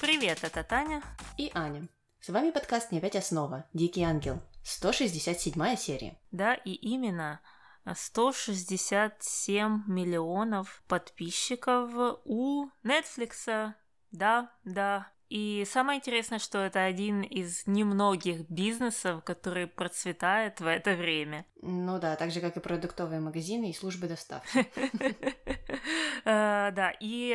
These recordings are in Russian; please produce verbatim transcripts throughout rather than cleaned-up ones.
Привет, это Таня и Аня. С вами подкаст «Не опять основа. Дикий ангел». сто шестьдесят седьмая серия. Да, и именно сто шестьдесят семь миллионов подписчиков у Netflix. Да, да. И самое интересное, что это один из немногих бизнесов, который процветает в это время. Ну да, так же, как и продуктовые магазины и службы доставки. Да, и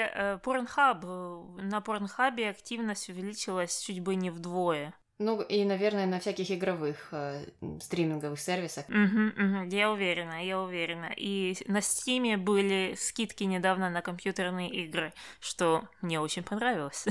Pornhub, на Pornhub активность увеличилась чуть бы не вдвое. Ну и, наверное, на всяких игровых э, стриминговых сервисах. Угу, угу, я уверена, я уверена. И на Steam были скидки недавно на компьютерные игры, что мне очень понравилось.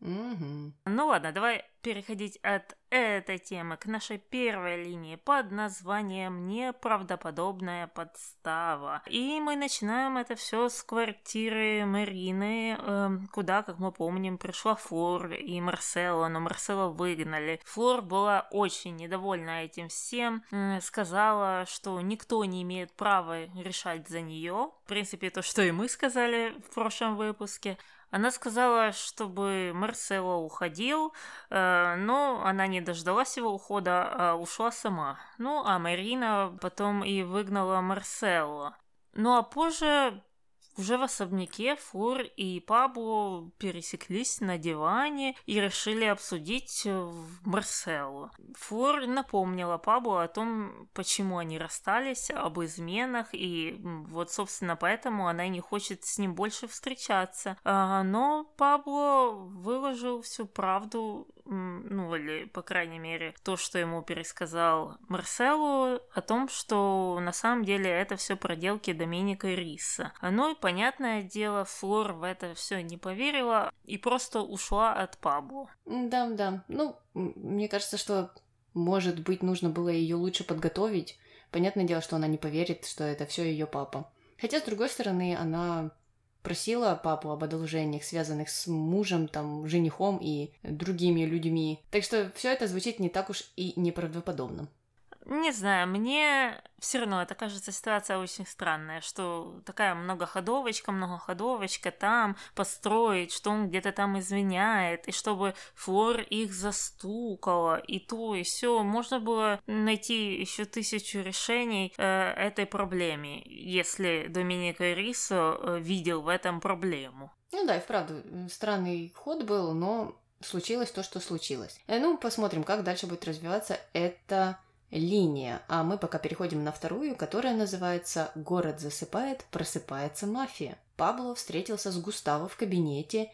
Угу. Ну ладно, давай переходить от этой темы к нашей первой линии под названием «Неправдоподобная подстава». И мы начинаем это все с квартиры Марины, э, куда, как мы помним, пришла Флор и Марселла, но Марселла выгнали. Флор была очень недовольна этим всем, э, сказала, что никто не имеет права решать за нее. В принципе, то, что и мы сказали в прошлом выпуске. Она сказала, чтобы Марселло уходил, э, но она не дождалась его ухода, а ушла сама. Ну, а Марина потом и выгнала Марселло. Ну, а позже уже в особняке Флор и Пабло пересеклись на диване и решили обсудить Марселлу. Флор напомнила Пабло о том, почему они расстались, об изменах, и вот, собственно, поэтому она не хочет с ним больше встречаться. Но Пабло выложил всю правду, ну, или, по крайней мере, то, что ему пересказал Марселлу, о том, что на самом деле это все проделки Доминика и Риса. Ну и понятное дело, Флор в это все не поверила и просто ушла от Пабло. Да, да. Ну, мне кажется, что, может быть, нужно было ее лучше подготовить. Понятное дело, что она не поверит, что это все ее папа. Хотя, с другой стороны, она просила папу об одолжениях, связанных с мужем, там, женихом и другими людьми. Так что все это звучит не так уж и неправдоподобно. Не знаю, мне все равно это кажется ситуация очень странная, что такая многоходовочка, многоходовочка там построить, что он где-то там изменяет, и чтобы Флор их застукала, и то, и все. Можно было найти еще тысячу решений э, этой проблеме, если Доминика Рисо э, видел в этом проблему. Ну да, и вправду, странный ход был, но случилось то, что случилось. Э, ну, посмотрим, как дальше будет развиваться эта линия. А мы пока переходим на вторую, которая называется «Город засыпает, просыпается мафия». Пабло встретился с Густаво в кабинете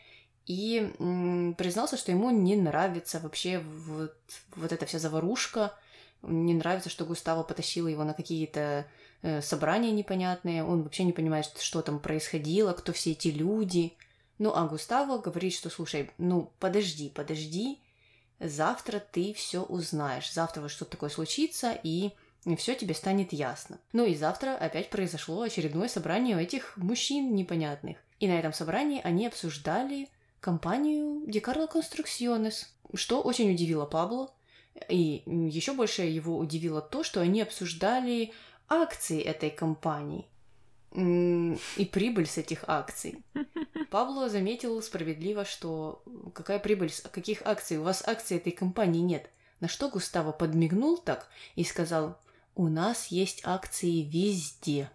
и м, признался, что ему не нравится вообще вот, вот эта вся заварушка. Не нравится, что Густаво потащил его на какие-то э, собрания непонятные. Он вообще не понимает, что там происходило, кто все эти люди. Ну, а Густаво говорит, что, слушай, ну, подожди, подожди, завтра ты все узнаешь. Завтра вот что-то такое случится, и все тебе станет ясно. Ну и завтра опять произошло очередное собрание у этих мужчин непонятных. И на этом собрании они обсуждали компанию Ди Карло Конструксионес, что очень удивило Пабло. И еще больше его удивило то, что они обсуждали акции этой компании и прибыль с этих акций. Пабло заметил справедливо, что какая прибыль, каких акций? У вас акций этой компании нет. На что Густаво подмигнул так и сказал: у нас есть акции везде.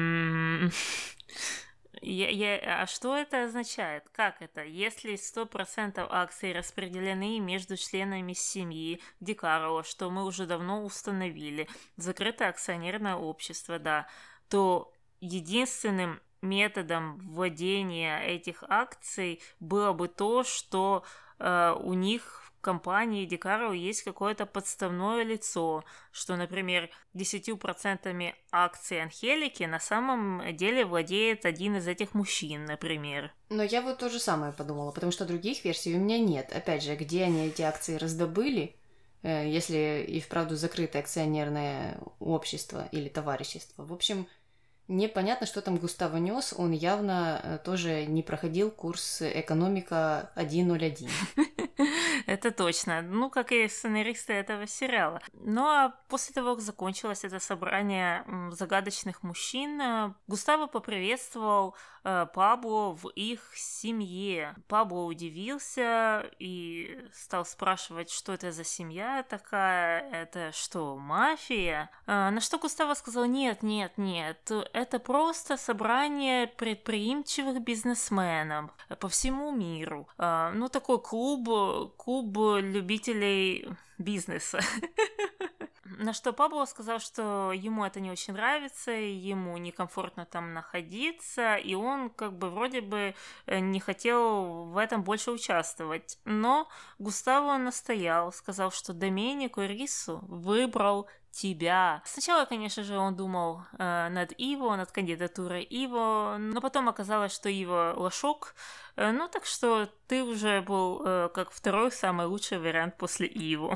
Я, я, а что это означает? Как это? Если сто процентов акций распределены между членами семьи Ди Карло, что мы уже давно установили, закрытое акционерное общество, да, то единственным методом вводения этих акций было бы то, что э, у них в компании Ди Карло есть какое-то подставное лицо, что, например, десятью процентами акций Анхелики на самом деле владеет один из этих мужчин, например. Но я вот то же самое подумала, потому что других версий у меня нет. Опять же, где они эти акции раздобыли, э, если и вправду закрытое акционерное общество или товарищество. В общем, непонятно, что там Густаво нес, он явно тоже не проходил курс экономика сто один. Это точно. Ну, как и сценаристы этого сериала. Ну, а после того, как закончилось это собрание загадочных мужчин, Густаво поприветствовал э, Пабло в их семье. Пабло удивился и стал спрашивать, что это за семья такая, это что, мафия? Э, на что Густаво сказал, нет, нет, нет, это просто собрание предприимчивых бизнесменов по всему миру. Э, ну, такой клуб, клуб любителей бизнеса. На что Пабло сказал, что ему это не очень нравится, ему некомфортно там находиться, и он как бы вроде бы не хотел в этом больше участвовать. Но Густаво настоял, сказал, что Доменико Риссу выбрал тебя. Сначала, конечно же, он думал э, над Иво, над кандидатурой Иво, но потом оказалось, что Иво лошок. Э, ну, так что ты уже был э, как второй самый лучший вариант после Иво.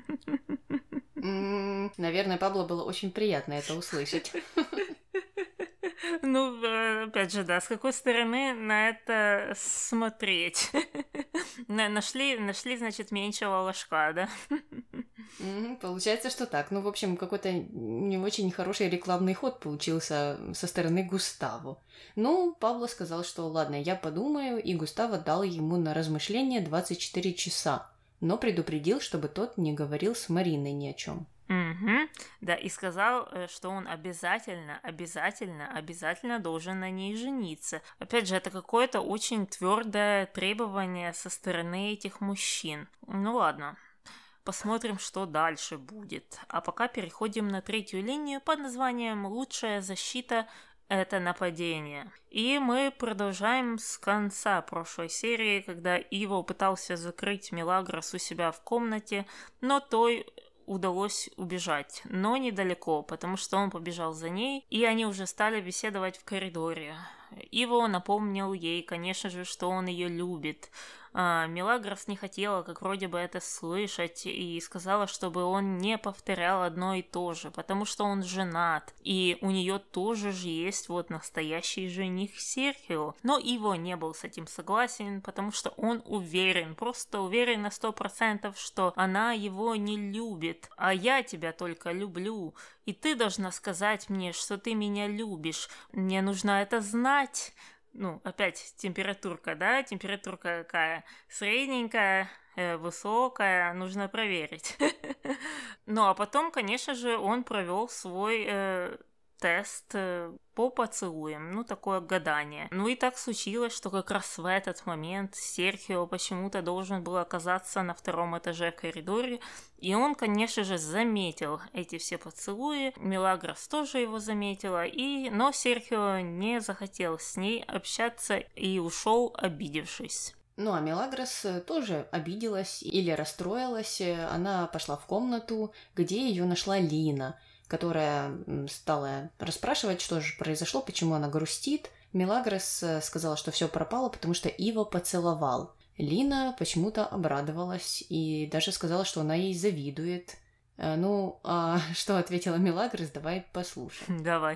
Наверное, Пабло было очень приятно это услышать. Ну, опять же, да, с какой стороны на это смотреть? Нашли, нашли, значит, меньшего ложка, да? Mm-hmm, получается, что так. Ну, в общем, какой-то не очень хороший рекламный ход получился со стороны Густаво. Ну, Пабло сказал, что ладно, я подумаю, и Густаво дал ему на размышление двадцать четыре часа, но предупредил, чтобы тот не говорил с Мариной ни о чем. Угу. Да, и сказал, что он обязательно, обязательно, обязательно должен на ней жениться. Опять же, это какое-то очень твердое требование со стороны этих мужчин. Ну ладно. Посмотрим, что дальше будет. А пока переходим на третью линию под названием «Лучшая защита – это нападение». И мы продолжаем с конца прошлой серии, когда Иво пытался закрыть Милагрос у себя в комнате, но той удалось убежать, но недалеко, потому что он побежал за ней, и они уже стали беседовать в коридоре. Иво напомнил ей, конечно же, что он ее любит. А, Милагрос не хотела, как вроде бы, это слышать, и сказала, чтобы он не повторял одно и то же, потому что он женат, и у нее тоже же есть вот настоящий жених Серхио. Но Иво не был с этим согласен, потому что он уверен, просто уверен на сто процентов, что она его не любит, а я тебя только люблю, и ты должна сказать мне, что ты меня любишь, мне нужно это знать. Ну, опять температурка, да? Температурка какая? Средненькая, э, высокая, нужно проверить. Ну, а потом, конечно же, он провел свой э, тест э, по поцелуям, ну, такое гадание. Ну, и так случилось, что как раз в этот момент Серхио почему-то должен был оказаться на втором этаже в коридоре, и он, конечно же, заметил эти все поцелуи, Милагрос тоже его заметила, и... но Серхио не захотел с ней общаться и ушел, обидевшись. Ну, а Милагрос тоже обиделась или расстроилась. Она пошла в комнату, где ее нашла Лина, которая стала расспрашивать, что же произошло, почему она грустит. Милагрос сказала, что все пропало, потому что Иво поцеловал. Лина почему-то обрадовалась и даже сказала, что она ей завидует. Ну, а что ответила Милагрос, давай послушаем. Давай.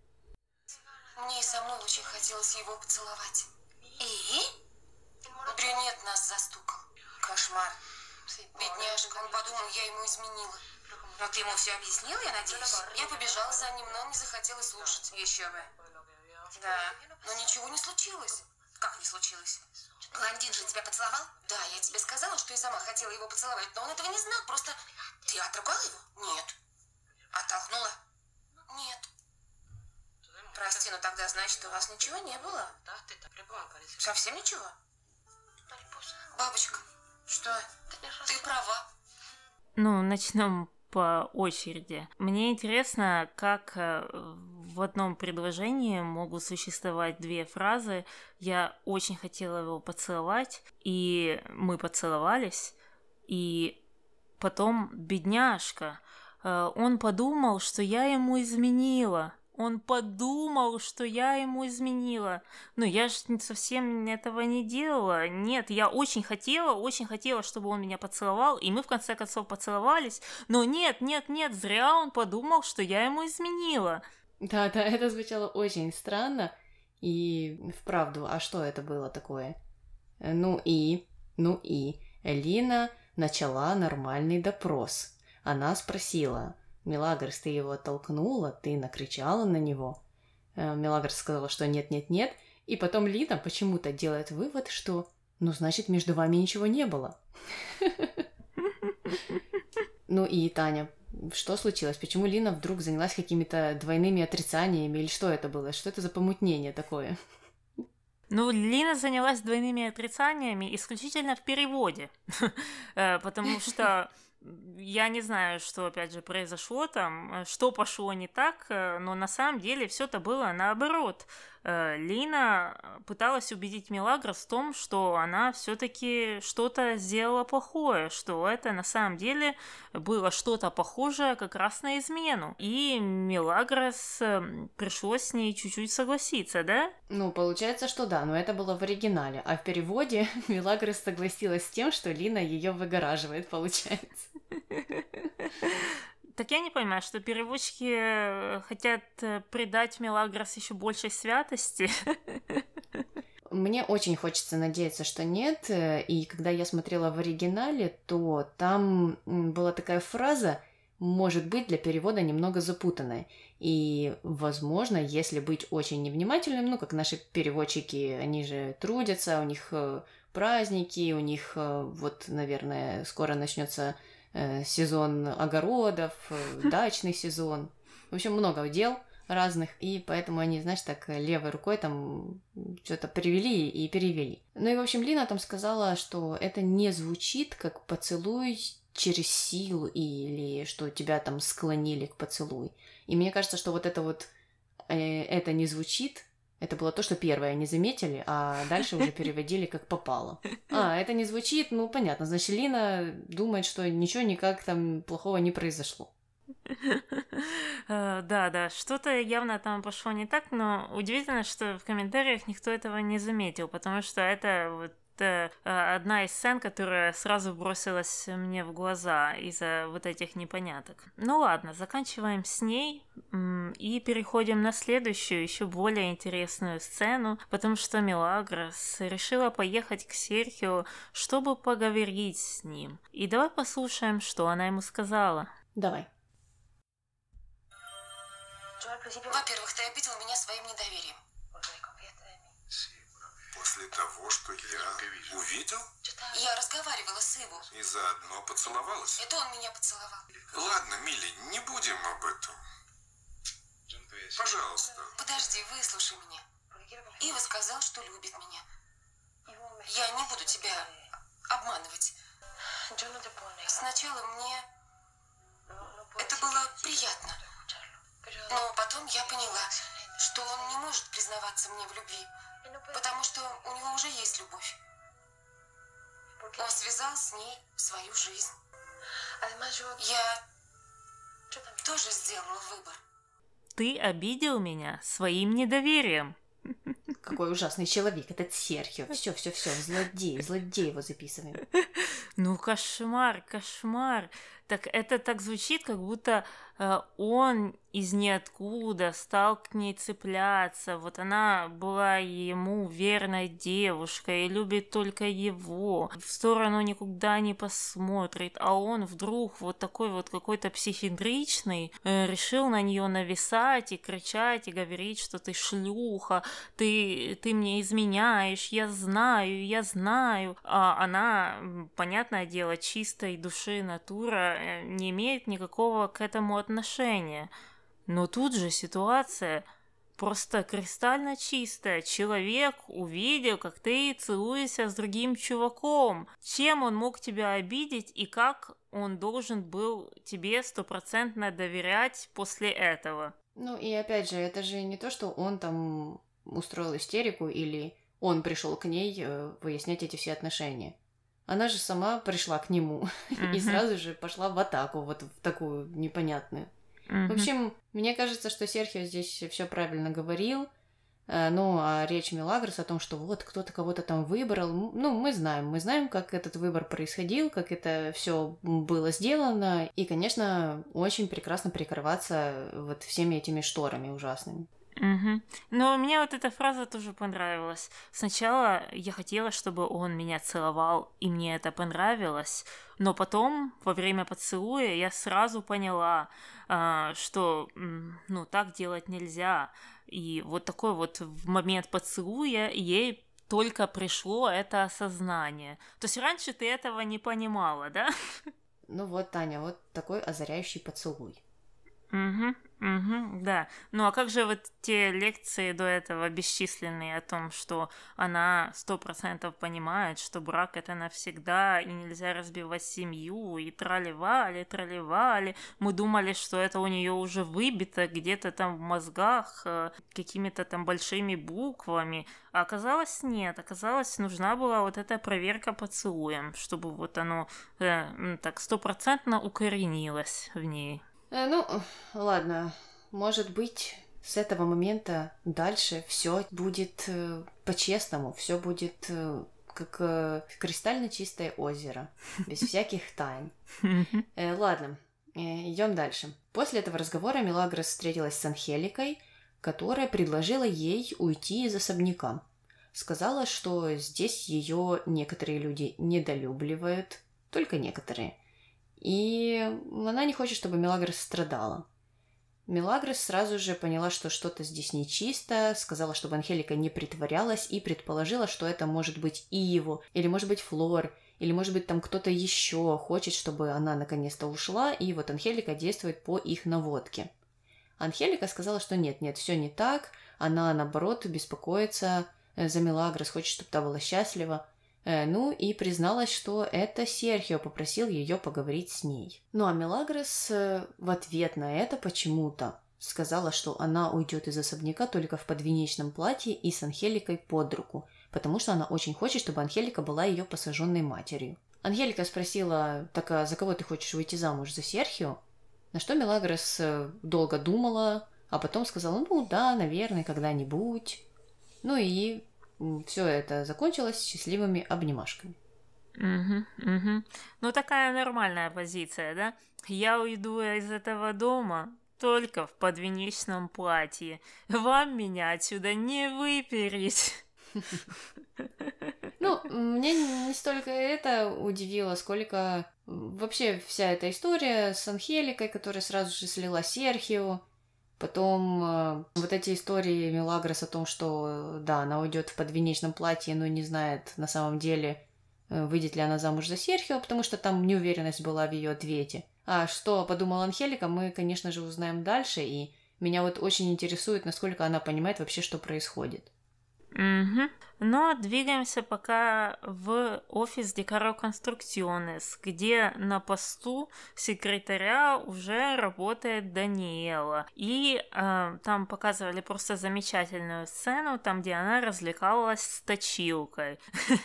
Мне и самой очень хотелось его поцеловать. И? Брюнет нас застукал. Кошмар. Бедняжка, он подумал, я ему изменила. Но ты ему все объяснил, я надеюсь? Я побежала за ним, но он не захотел и слушать. Еще бы. Да, но ничего не случилось. Как не случилось? Блондин же тебя поцеловал? Да, я тебе сказала, что и сама хотела его поцеловать, но он этого не знал, просто... Ты отругала его? Нет. Оттолкнула? Нет. Прости, но тогда значит, у вас ничего не было? Совсем ничего? Бабочка, что? Ты права. Ну, начнем по очереди. Мне интересно, как в одном предложении могут существовать две фразы. Я очень хотела его поцеловать, и мы поцеловались, и потом бедняжка. Он подумал, что я ему изменила. Он подумал, что я ему изменила. Но я же совсем этого не делала. Нет, я очень хотела, очень хотела, чтобы он меня поцеловал, и мы в конце концов поцеловались. Но нет, нет, нет, зря он подумал, что я ему изменила. Да, да, это звучало очень странно. И вправду, а что это было такое? Ну и, ну и, Лина начала нормальный допрос. Она спросила: «Мелагрос, ты его оттолкнула? Ты накричала на него?» Мелагрос сказала, что нет-нет-нет. И потом Лина почему-то делает вывод, что «ну, значит, между вами ничего не было». Ну и Таня, что случилось? Почему Лина вдруг занялась какими-то двойными отрицаниями? Или что это было? Что это за помутнение такое? Ну, Лина занялась двойными отрицаниями исключительно в переводе, потому что я не знаю, что, опять же, произошло там, что пошло не так, но на самом деле все это было наоборот. Лина пыталась убедить Мелагрос в том, что она все-таки что-то сделала плохое, что это на самом деле было что-то похожее как раз на измену. И Мелагрос пришлось с ней чуть-чуть согласиться, да? Ну, получается, что да, но это было в оригинале, а в переводе Мелагрос согласилась с тем, что Лина ее выгораживает, получается. Так я не понимаю, что переводчики хотят придать Мелагрос еще большей святости. Мне очень хочется надеяться, что нет. И когда я смотрела в оригинале, то там была такая фраза, может быть, для перевода немного запутанная. И, возможно, если быть очень невнимательным, ну, как наши переводчики, они же трудятся, у них праздники, у них вот, наверное, скоро начнется сезон огородов, дачный сезон. В общем, много дел разных, и поэтому они, знаешь, так левой рукой там что-то привели и перевели. Ну и, в общем, Лина там сказала, что это не звучит как поцелуй через силу или что тебя там склонили к поцелуй. И мне кажется, что вот это вот э, это не звучит. Это было то, что первое они заметили, а дальше уже переводили как попало. А, это не звучит, ну, понятно. Значит, Лина думает, что ничего никак там плохого не произошло. Да, да, что-то явно там пошло не так, но удивительно, что в комментариях никто этого не заметил, потому что это вот одна из сцен, которая сразу бросилась мне в глаза из-за вот этих непоняток. Ну ладно, заканчиваем с ней и переходим на следующую, еще более интересную сцену, потому что Мелагрос решила поехать к Серхио, чтобы поговорить с ним. И давай послушаем, что она ему сказала. Давай. Во-первых, ты обидел меня своим недоверием. После того, что я увидел? Я разговаривала с Иву. И заодно поцеловалась? Это он меня поцеловал. Ладно, Милли, не будем об этом. Пожалуйста. Подожди, выслушай меня. Ива сказал, что любит меня. Я не буду тебя обманывать. Сначала мне это было приятно. Но потом я поняла, что он не может признаваться мне в любви, потому что у него уже есть любовь. Он связал с ней свою жизнь. Я тоже сделала выбор. Ты обидел меня своим недоверием. Какой ужасный человек этот Серхио. Все, все, все, злодей, злодей его записываем. Ну, кошмар, кошмар. Так это так звучит, как будто э, он из ниоткуда стал к ней цепляться. Вот она была ему верной девушкой и любит только его. В сторону никуда не посмотрит. А он вдруг вот такой вот какой-то психиатричный э, решил на нее нависать и кричать и говорить, что ты шлюха, ты, ты мне изменяешь, я знаю, я знаю. А она, понятное дело, чистой души натура, не имеет никакого к этому отношения. Но тут же ситуация просто кристально чистая. Человек увидел, как ты целуешься с другим чуваком. Чем он мог тебя обидеть и как он должен был тебе стопроцентно доверять после этого? Ну и опять же, это же не то, что он там устроил истерику или он пришел к ней выяснять эти все отношения. Она же сама пришла к нему mm-hmm. и сразу же пошла в атаку, вот в такую непонятную. Mm-hmm. В общем, мне кажется, что Серхио здесь все правильно говорил. Ну, а речь Мелагрос о том, что вот кто-то кого-то там выбрал, ну, мы знаем, мы знаем, как этот выбор происходил, как это все было сделано, и, конечно, очень прекрасно прикрываться вот всеми этими шторами ужасными. Угу. Но мне вот эта фраза тоже понравилась. Сначала я хотела, чтобы он меня целовал, и мне это понравилось, но потом, во время поцелуя, я сразу поняла, а, что, ну, так делать нельзя. И вот такой вот в момент поцелуя ей только пришло это осознание. То есть раньше ты этого не понимала, да? Ну вот, Таня, вот такой озаряющий поцелуй. Угу, угу, да. Ну а как же вот те лекции до этого бесчисленные о том, что она сто процентов понимает, что брак это навсегда, и нельзя разбивать семью, и тролливали, тролливали. Мы думали, что это у нее уже выбито где-то там в мозгах э, какими-то там большими буквами. А оказалось нет. Оказалось, нужна была вот эта проверка поцелуем, чтобы вот оно э, так стопроцентно укоренилось в ней. Ну, ладно, может быть, с этого момента дальше все будет э, по-честному, все будет э, как э, кристально чистое озеро, без всяких тайн. Э, ладно, э, идем дальше. После этого разговора Мелагрос встретилась с Анхеликой, которая предложила ей уйти из особняка. Сказала, что здесь ее некоторые люди недолюбливают, только некоторые. И она не хочет, чтобы Мелагрос страдала. Мелагрос сразу же поняла, что что-то здесь нечисто, сказала, чтобы Анхелика не притворялась и предположила, что это может быть Иво, или может быть Флор, или может быть там кто-то еще хочет, чтобы она наконец-то ушла, и вот Анхелика действует по их наводке. Анхелика сказала, что нет, нет, все не так, она наоборот беспокоится за Мелагрос, хочет, чтобы та была счастлива. Ну и призналась, что это Серхио попросил ее поговорить с ней. Ну а Мелагрос в ответ на это почему-то сказала, что она уйдет из особняка только в подвенечном платье и с Анхеликой под руку, потому что она очень хочет, чтобы Анхелика была ее посаженной матерью. Анхелика спросила, так а за кого ты хочешь выйти замуж, за Серхио? На что Мелагрос долго думала, а потом сказала, ну да, наверное, когда-нибудь. Ну и все это закончилось счастливыми обнимашками. Угу, угу. Ну, такая нормальная позиция, да? Я уйду из этого дома только в подвенечном платье. Вам меня отсюда не выпереть. Ну, мне не столько это удивило, сколько вообще вся эта история с Анхеликой, которая сразу же слила Серхио. Потом э, вот эти истории Мелагрос о том, что, да, она уйдет в подвенечном платье, но не знает на самом деле, э, выйдет ли она замуж за Серхио, потому что там неуверенность была в ее ответе. А что подумала Анхелика, мы, конечно же, узнаем дальше, и меня вот очень интересует, насколько она понимает вообще, что происходит. Угу. Но двигаемся пока в офис Декаро Конструкционес, где на посту секретаря уже работает Даниэла. И э, там показывали просто замечательную сцену, там, где она развлекалась с точилкой.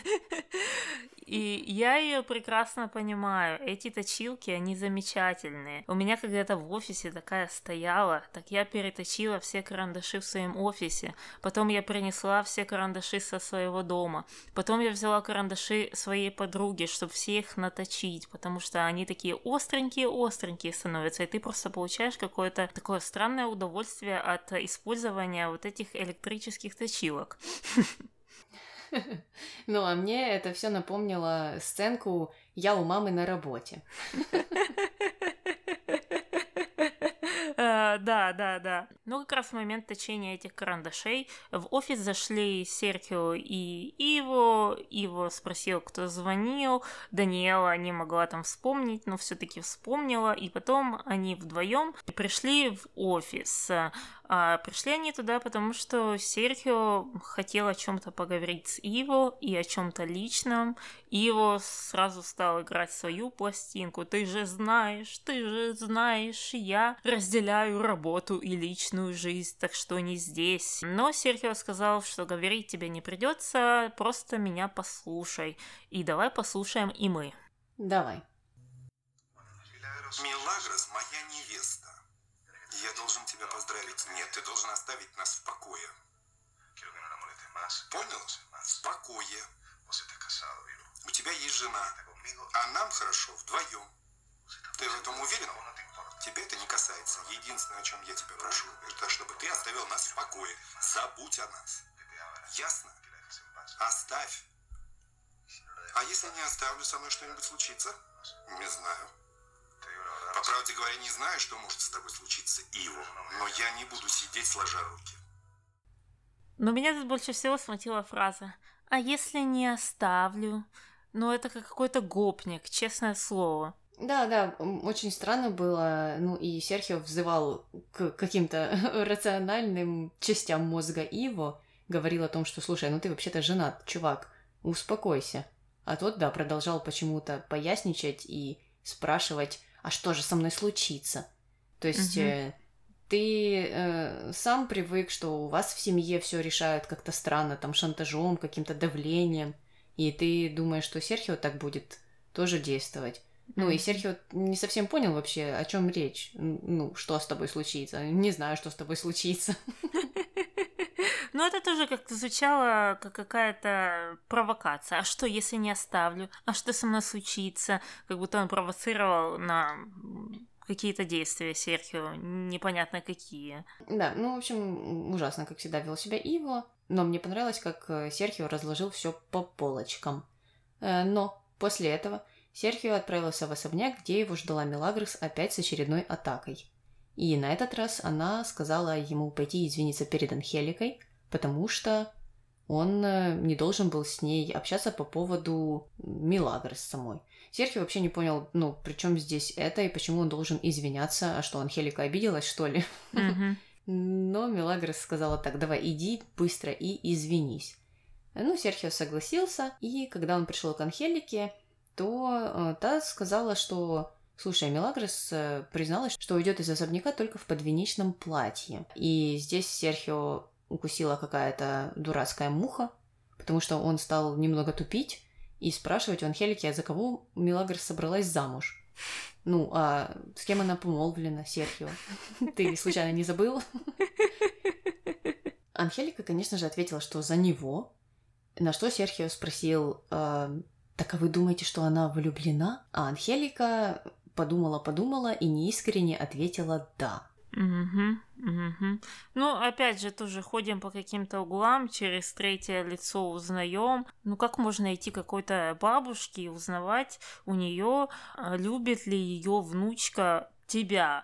И я ее прекрасно понимаю. Эти точилки, они замечательные. У меня когда-то в офисе такая стояла, так я переточила все карандаши в своем офисе. Потом я принесла все карандаши со своего дома. Потом я взяла карандаши своей подруги, чтобы все их наточить, потому что они такие остренькие-остренькие становятся, и ты просто получаешь какое-то такое странное удовольствие от использования вот этих электрических точилок. Ну, а мне это все напомнило сценку «Я у мамы на работе». Да, да, да. Ну, как раз в момент точения этих карандашей в офис зашли Серхио и Иво. Иво спросил, кто звонил. Даниэла не могла там вспомнить, но все-таки вспомнила. И потом они вдвоем пришли в офис. А пришли они туда, потому что Серхио хотел о чем-то поговорить с Иво и о чем-то личном. Иво сразу стал играть свою пластинку. Ты же знаешь, ты же знаешь, я разделяю работу и личную жизнь, так что не здесь. Но Серхио сказал, что говорить тебе не придется, просто меня послушай. И давай послушаем и мы. Давай. Мелагрос моя невеста. Я должен тебя поздравить. Нет, ты должен оставить нас в покое. Понял? В покое. У тебя есть жена, а нам хорошо вдвоем. Ты в этом уверен? Тебя это не касается. Единственное, о чем я тебя прошу, это чтобы ты оставил нас в покое. Забудь о нас. Ясно? Оставь. А если не оставлю, со мной что-нибудь случится? Не знаю. По правде говоря, не знаю, что может с тобой случиться, Иво, но я не буду сидеть сложа руки. Но меня тут больше всего смутила фраза «А если не оставлю?» Ну, это как какой-то гопник, честное слово. Да, да, очень странно было. Ну, и Серхио взывал к каким-то рациональным частям мозга Иво, говорил о том, что, слушай, ну ты вообще-то женат, чувак, успокойся. А тот, да, продолжал почему-то поясничать и спрашивать, а что же со мной случится? То есть угу. э, ты э, сам привык, что у вас в семье все решают как-то странно, там, шантажом, каким-то давлением, и ты думаешь, что Серхио так будет тоже действовать. Ну, и Серхио не совсем понял вообще, о чем речь. Ну, что с тобой случится. Не знаю, что с тобой случится. Ну, это тоже как-то звучало, как какая-то провокация. А что, если не оставлю? А что со мной случится? Как будто он провоцировал на какие-то действия Серхио, непонятно какие. Да, ну, в общем, ужасно, как всегда, вел себя Иво. Но мне понравилось, как Серхио разложил все по полочкам. Но после этого Серхио отправился в особняк, где его ждала Мелагрос опять с очередной атакой. И на этот раз она сказала ему пойти извиниться перед Анхеликой, потому что он не должен был с ней общаться по поводу Мелагрос самой. Серхио вообще не понял, ну, при чем здесь это и почему он должен извиняться, а что, Анхелика обиделась, что ли? Mm-hmm. Но Мелагрос сказала так, давай иди быстро и извинись. Ну, Серхио согласился, и когда он пришел к Анхелике, то та сказала, что, слушай, Мелагрос призналась, что уйдет из особняка только в подвенечном платье. И здесь Серхио укусила какая-то дурацкая муха, потому что он стал немного тупить и спрашивать у Анхелики, а за кого Мелагрос собралась замуж. Ну, а с кем она помолвлена, Серхио? Ты случайно не забыл? Анхелика, конечно же, ответила, что за него, на что Серхио спросил... «Так а вы думаете, что она влюблена?» А Анхелика подумала-подумала и неискренне ответила «да». Угу, угу. Ну, опять же, тоже ходим по каким-то углам, через третье лицо узнаем. Ну, как можно найти какой-то бабушке и узнавать у нее, любит ли ее внучка тебя?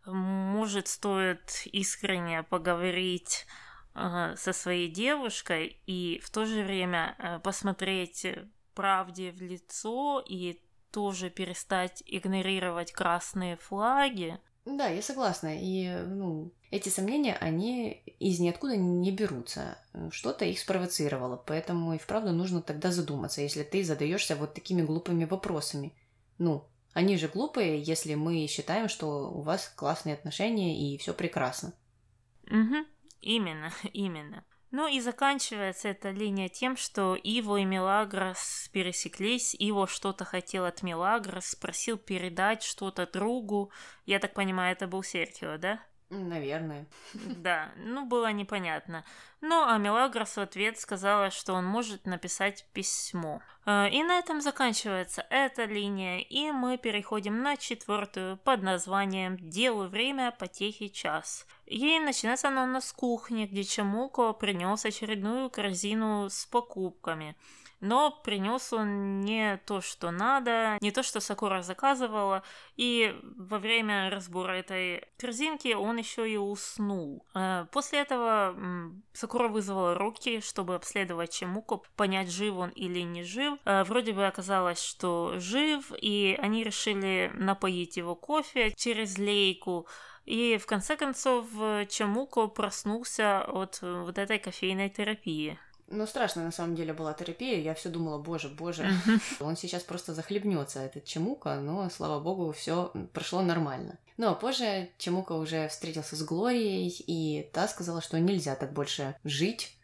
Может, стоит искренне поговорить э, со своей девушкой и в то же время э, посмотреть правде в лицо и тоже перестать игнорировать красные флаги. Да, я согласна. И, ну, эти сомнения, они из ниоткуда не берутся. Что-то их спровоцировало. Поэтому и вправду нужно тогда задуматься, если ты задаешься вот такими глупыми вопросами. Ну, они же глупые, если мы считаем, что у вас классные отношения и все прекрасно. Угу, именно, именно. Ну и заканчивается эта линия тем, что Иво и Мелагрос пересеклись, Иво что-то хотел от Мелагрос, просил передать что-то другу. Я так понимаю, это был Серхио, да? Наверное. Да, ну было непонятно. Ну а Мелагрос в ответ сказала, что он может написать письмо. И на этом заканчивается эта линия, и мы переходим на четвертую под названием «Делу время, потехи час». И начинается она у нас с кухни, где Чамуко принес очередную корзину с покупками. Но принес он не то, что надо, не то, что Сакура заказывала, и во время разбора этой корзинки он еще и уснул. После этого Сакура вызвала Руки, чтобы обследовать Чамуко, понять, жив он или не жив. Вроде бы оказалось, что жив, и они решили напоить его кофе через лейку. И в конце концов Чамуко проснулся от вот этой кофейной терапии. Ну, страшно на самом деле была терапия. Я все думала, боже, боже, Mm-hmm. он сейчас просто захлебнется, этот Чамуко, но, слава богу, все прошло нормально. Ну, а позже Чамуко уже встретился с Глорией, и та сказала, что нельзя так больше жить,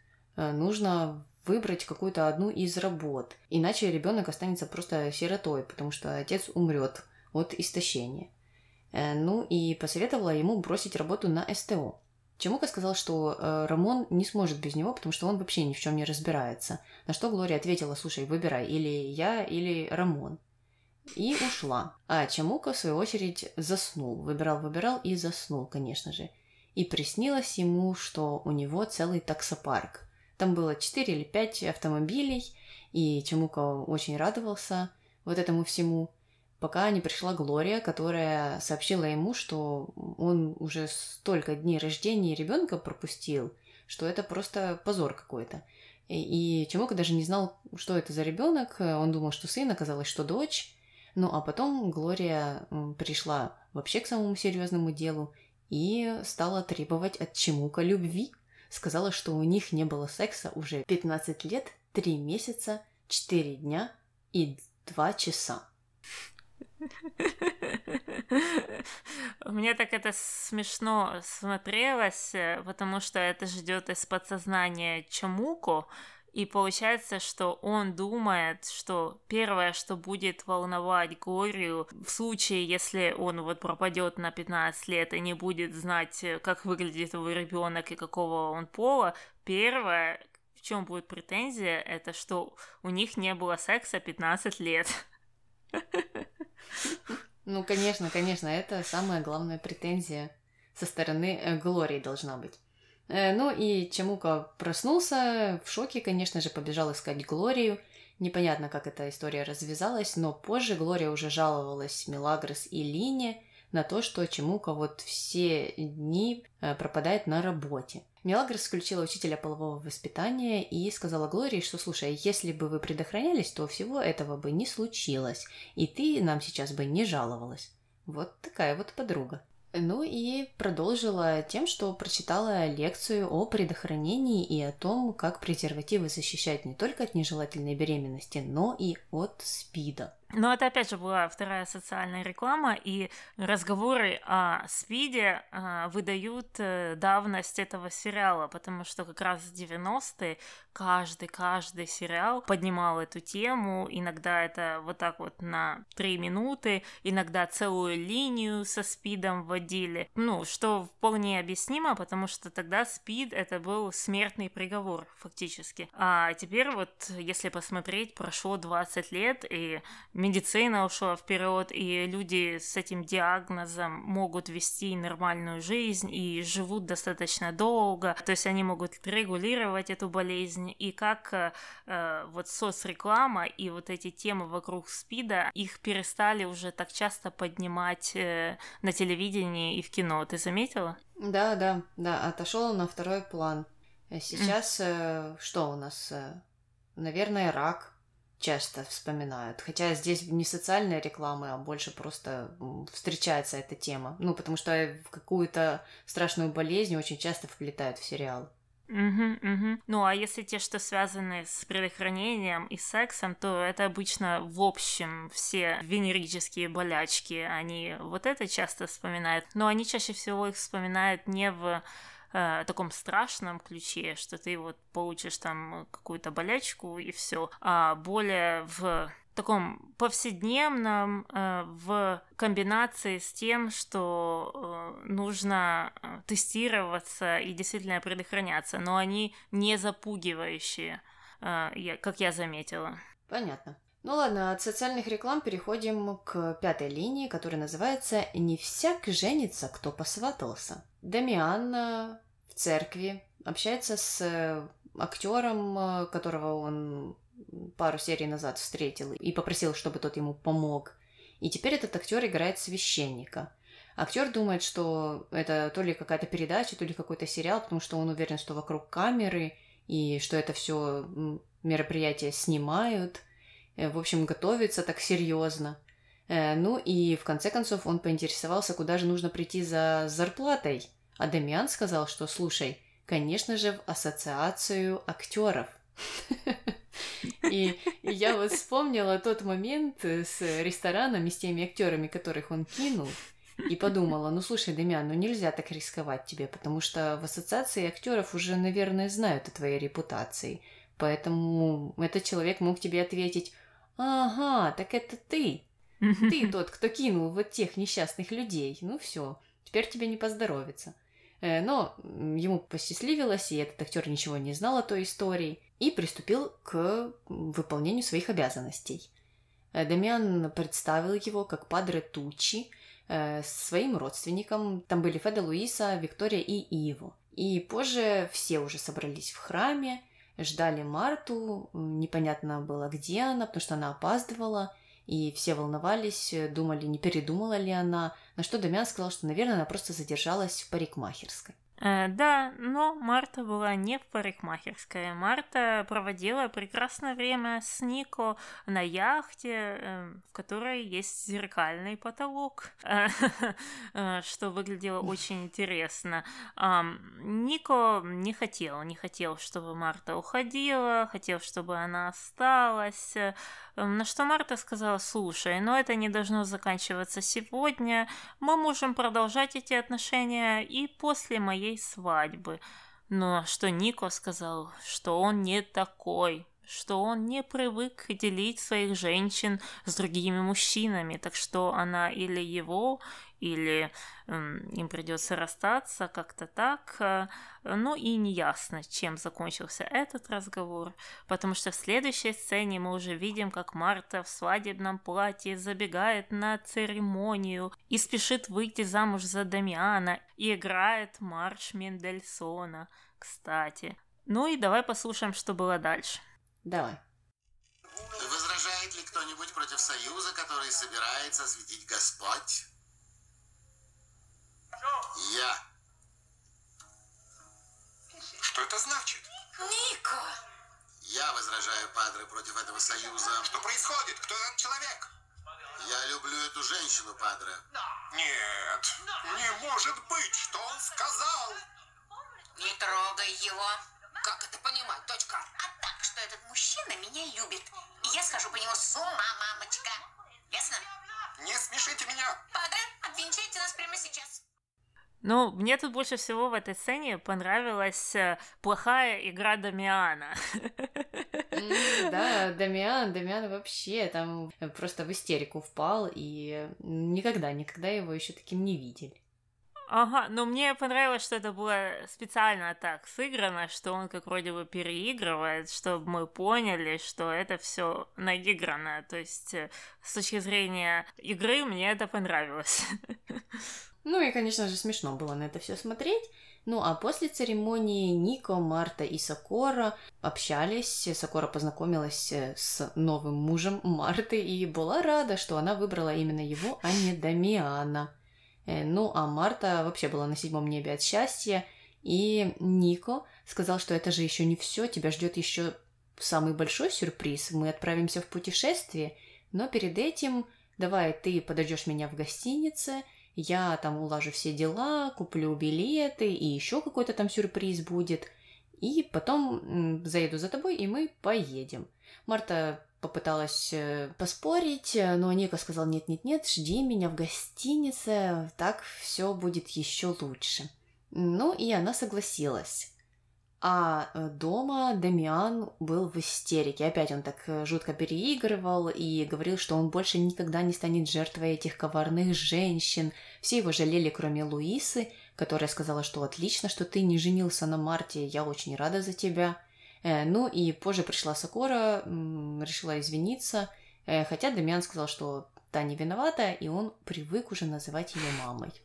нужно выбрать какую-то одну из работ, иначе ребенок останется просто сиротой, потому что отец умрет от истощения. Ну, и посоветовала ему бросить работу на СТО. Чамуко сказал, что э, Рамон не сможет без него, потому что он вообще ни в чем не разбирается. На что Глория ответила, слушай, выбирай, или я, или Рамон. и ушла. А Чамука, в свою очередь, заснул. Выбирал-выбирал и заснул, конечно же. И приснилось ему, что у него целый таксопарк. Там было четыре или пять автомобилей, и Чамука очень радовался вот этому всему, пока не пришла Глория, которая сообщила ему, что он уже столько дней рождения ребенка пропустил, что это просто позор какой-то. И Чамука даже не знал, что это за ребенок. Он думал, что сын, оказалось, что дочь. Ну а потом Глория пришла вообще к самому серьезному делу и стала требовать от Чамука любви. Сказала, что у них не было секса уже пятнадцать лет, три месяца, четыре дня и два часа. Мне так это смешно смотрелось, потому что это ждет из подсознания Чамуку, и получается, что он думает, что первое, что будет волновать Глорию в случае, если он вот пропадет на пятнадцать лет и не будет знать, как выглядит его ребенок и какого он пола, первое, в чем будет претензия, это что у них не было секса пятнадцать лет. Ну, конечно, конечно, это самая главная претензия со стороны Глории должна быть. Ну и Чамука проснулся в шоке, конечно же, побежал искать Глорию. Непонятно, как эта история развязалась, но позже Глория уже жаловалась Мелагрос и Лине на то, что Чамука вот все дни пропадает на работе. Мелагрос включила учителя полового воспитания и сказала Глории, что, слушай, если бы вы предохранялись, то всего этого бы не случилось, и ты нам сейчас бы не жаловалась. Вот такая вот подруга. Ну и продолжила тем, что прочитала лекцию о предохранении и о том, как презервативы защищают не только от нежелательной беременности, но и от СПИДа. Но это опять же была вторая социальная реклама, и разговоры о СПИДе э, выдают э, давность этого сериала, потому что как раз в девяностые каждый, каждый сериал поднимал эту тему, иногда это вот так вот на три минуты, иногда целую линию со СПИДом вводили, ну, что вполне объяснимо, потому что тогда СПИД это был смертный приговор фактически. А теперь вот, если посмотреть, прошло двадцать лет, и медицина ушла вперед, и люди с этим диагнозом могут вести нормальную жизнь и живут достаточно долго, то есть они могут регулировать эту болезнь, и как э, вот соцреклама и вот эти темы вокруг СПИДа, их перестали уже так часто поднимать э, на телевидении и в кино, ты заметила? Да, да, да, отошел на второй план. Сейчас э, что у нас? Наверное, рак часто вспоминают. Хотя здесь не социальная реклама, а больше просто встречается эта тема. Ну, потому что в какую-то страшную болезнь очень часто вплетают в сериал. Угу, угу. Ну, а если те, что связаны с предохранением и сексом, то это обычно в общем все венерические болячки, они вот это часто вспоминают, но они чаще всего их вспоминают не в э, таком страшном ключе, что ты вот получишь там какую-то болячку и все, а более в таком повседневном, э, в комбинации с тем, что э, нужно тестироваться и действительно предохраняться, но они не запугивающие, э, я, как я заметила. Понятно. Ну ладно, от социальных реклам переходим к пятой линии, которая называется «Не всяк женится, кто посватался». Дамиан в церкви общается с актером, которого он пару серий назад встретил и попросил, чтобы тот ему помог. И теперь этот актер играет священника. Актер думает, что это то ли какая-то передача, то ли какой-то сериал, потому что он уверен, что вокруг камеры, и что это все мероприятие снимают. В общем, готовится так серьезно. Ну и в конце концов он поинтересовался, куда же нужно прийти за зарплатой. А Дамиан сказал, что, слушай, конечно же, в ассоциацию актеров. И я вот вспомнила тот момент с рестораном и с теми актерами, которых он кинул, и подумала, ну слушай, Дамиан, ну нельзя так рисковать тебе, потому что в ассоциации актеров уже, наверное, знают о твоей репутации. Поэтому этот человек мог тебе ответить: ага, так это ты. Ты тот, кто кинул вот тех несчастных людей. Ну все, теперь тебе не поздоровится. Но ему посчастливилось, и этот актер ничего не знал о той истории, и приступил к выполнению своих обязанностей. Дамиан представил его как падре Туччи своим родственникам. Там были Феде, Луиса, Виктория и Иво. И позже все уже собрались в храме, ждали Марту, непонятно было, где она, потому что она опаздывала, и все волновались, думали, не передумала ли она, на что Дамиан сказал, что, наверное, она просто задержалась в парикмахерской. Э, да, но Марта была не в парикмахерской. Марта проводила прекрасное время с Нико на яхте, э, в которой есть зеркальный потолок, э, э, что выглядело очень интересно. Э, Нико не хотел, не хотел, чтобы Марта уходила, хотел, чтобы она осталась. Э, на что Марта сказала: слушай, но это не должно заканчиваться сегодня, мы можем продолжать эти отношения и после моей свадьбы. Но что Нико сказал, что он не такой, что он не привык делить своих женщин с другими мужчинами, так что она или его, или э, им придется расстаться, как-то так. Э, ну и неясно, чем закончился этот разговор, потому что в следующей сцене мы уже видим, как Марта в свадебном платье забегает на церемонию и спешит выйти замуж за Дамиана и играет марш Мендельсона, кстати. Ну и давай послушаем, что было дальше. Давай. Возражает ли кто-нибудь против союза, который собирается осветить Господь? Я. Что это значит? Нико! Я возражаю, падре, против этого союза. Что происходит? Кто этот человек? Я люблю эту женщину, падре. Нет, не может быть, что он сказал. Не трогай его. Как это понимать, дочка? А так, что этот мужчина меня любит. И я схожу по него с ума, мамочка. Ясно? Не смешите меня. Падре, обвенчайте нас прямо сейчас. Ну, мне тут больше всего в этой сцене понравилась э, плохая игра Дамиана. Mm, да, Дамиан, Дамиан вообще там просто в истерику впал, и никогда, никогда его еще таким не видели. Ага, но мне понравилось, что это было специально так сыграно, что он как вроде бы переигрывает, чтобы мы поняли, что это все наиграно. То есть э, с точки зрения игры мне это понравилось. Ну и, конечно же, смешно было на это все смотреть. Ну а после церемонии Нико, Марта и Сокора общались. Сокора познакомилась с новым мужем Марты и была рада, что она выбрала именно его, а не Дамиана. Ну а Марта вообще была на седьмом небе от счастья. И Нико сказал, что это же еще не все, тебя ждет еще самый большой сюрприз. Мы отправимся в путешествие, но перед этим давай ты подождешь меня в гостинице. Я там улажу все дела, куплю билеты, и еще какой-то там сюрприз будет. И потом заеду за тобой, и мы поедем. Марта попыталась поспорить, но Нико сказал: нет-нет-нет, жди меня в гостинице, так все будет еще лучше. Ну и она согласилась. А дома Дамиан был в истерике. Опять он так жутко переигрывал и говорил, что он больше никогда не станет жертвой этих коварных женщин. Все его жалели, кроме Луисы, которая сказала, что отлично, что ты не женился на Марте, я очень рада за тебя. Ну и позже пришла Сокора, решила извиниться, хотя Дамиан сказал, что та не виновата, и он привык уже называть ее мамой.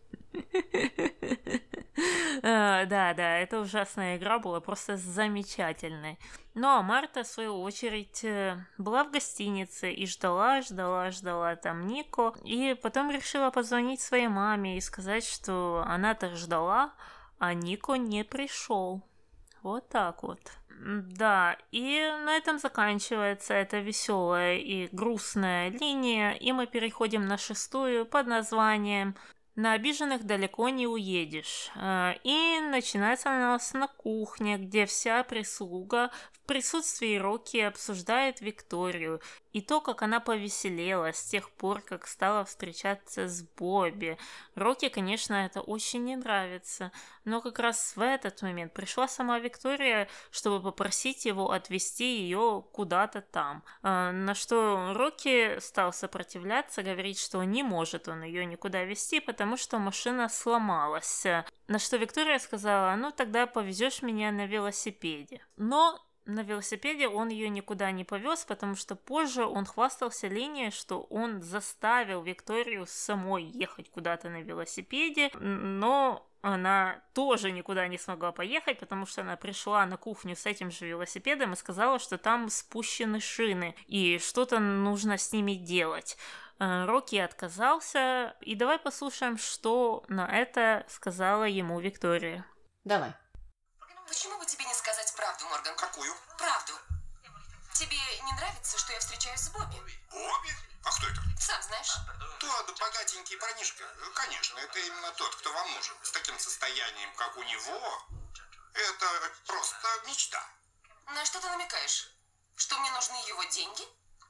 Да, да, эта ужасная игра была просто замечательной. Ну а Марта, в свою очередь, была в гостинице и ждала, ждала, ждала там Нико. И потом решила позвонить своей маме и сказать, что она так ждала, а Нико не пришел. Вот так вот. Да, и на этом заканчивается эта веселая и грустная линия, и мы переходим на шестую под названием «На обиженных далеко не уедешь». И начинается у нас на кухне, где вся прислуга в присутствии Рокки обсуждает Викторию и то, как она повеселела с тех пор, как стала встречаться с Бобби. Рокки, конечно, это очень не нравится, но как раз в этот момент пришла сама Виктория, чтобы попросить его отвезти ее куда-то там. На что Рокки стал сопротивляться, говорить, что не может он ее никуда везти, потому что машина сломалась. На что Виктория сказала: ну тогда повезешь меня на велосипеде. Но на велосипеде он ее никуда не повез, потому что позже он хвастался Лине, что он заставил Викторию самой ехать куда-то на велосипеде, но она тоже никуда не смогла поехать, потому что она пришла на кухню с этим же велосипедом и сказала, что там спущены шины, и что-то нужно с ними делать. Рокки отказался, и давай послушаем, что на это сказала ему Виктория. Давай. Почему бы тебе не сказать правду, Морган? Какую? Правду. Тебе не нравится, что я встречаюсь с Бобби? Бобби? А кто это? Сам знаешь. Тот богатенький парнишка. Конечно, это именно тот, кто вам нужен. С таким состоянием, как у него, это просто мечта. На что ты намекаешь? Что мне нужны его деньги?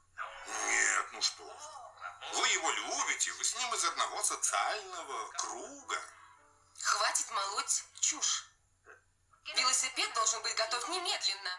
Нет, ну что вы. Вы его любите, вы с ним из одного социального круга. Хватит молоть чушь. Велосипед должен быть готов немедленно.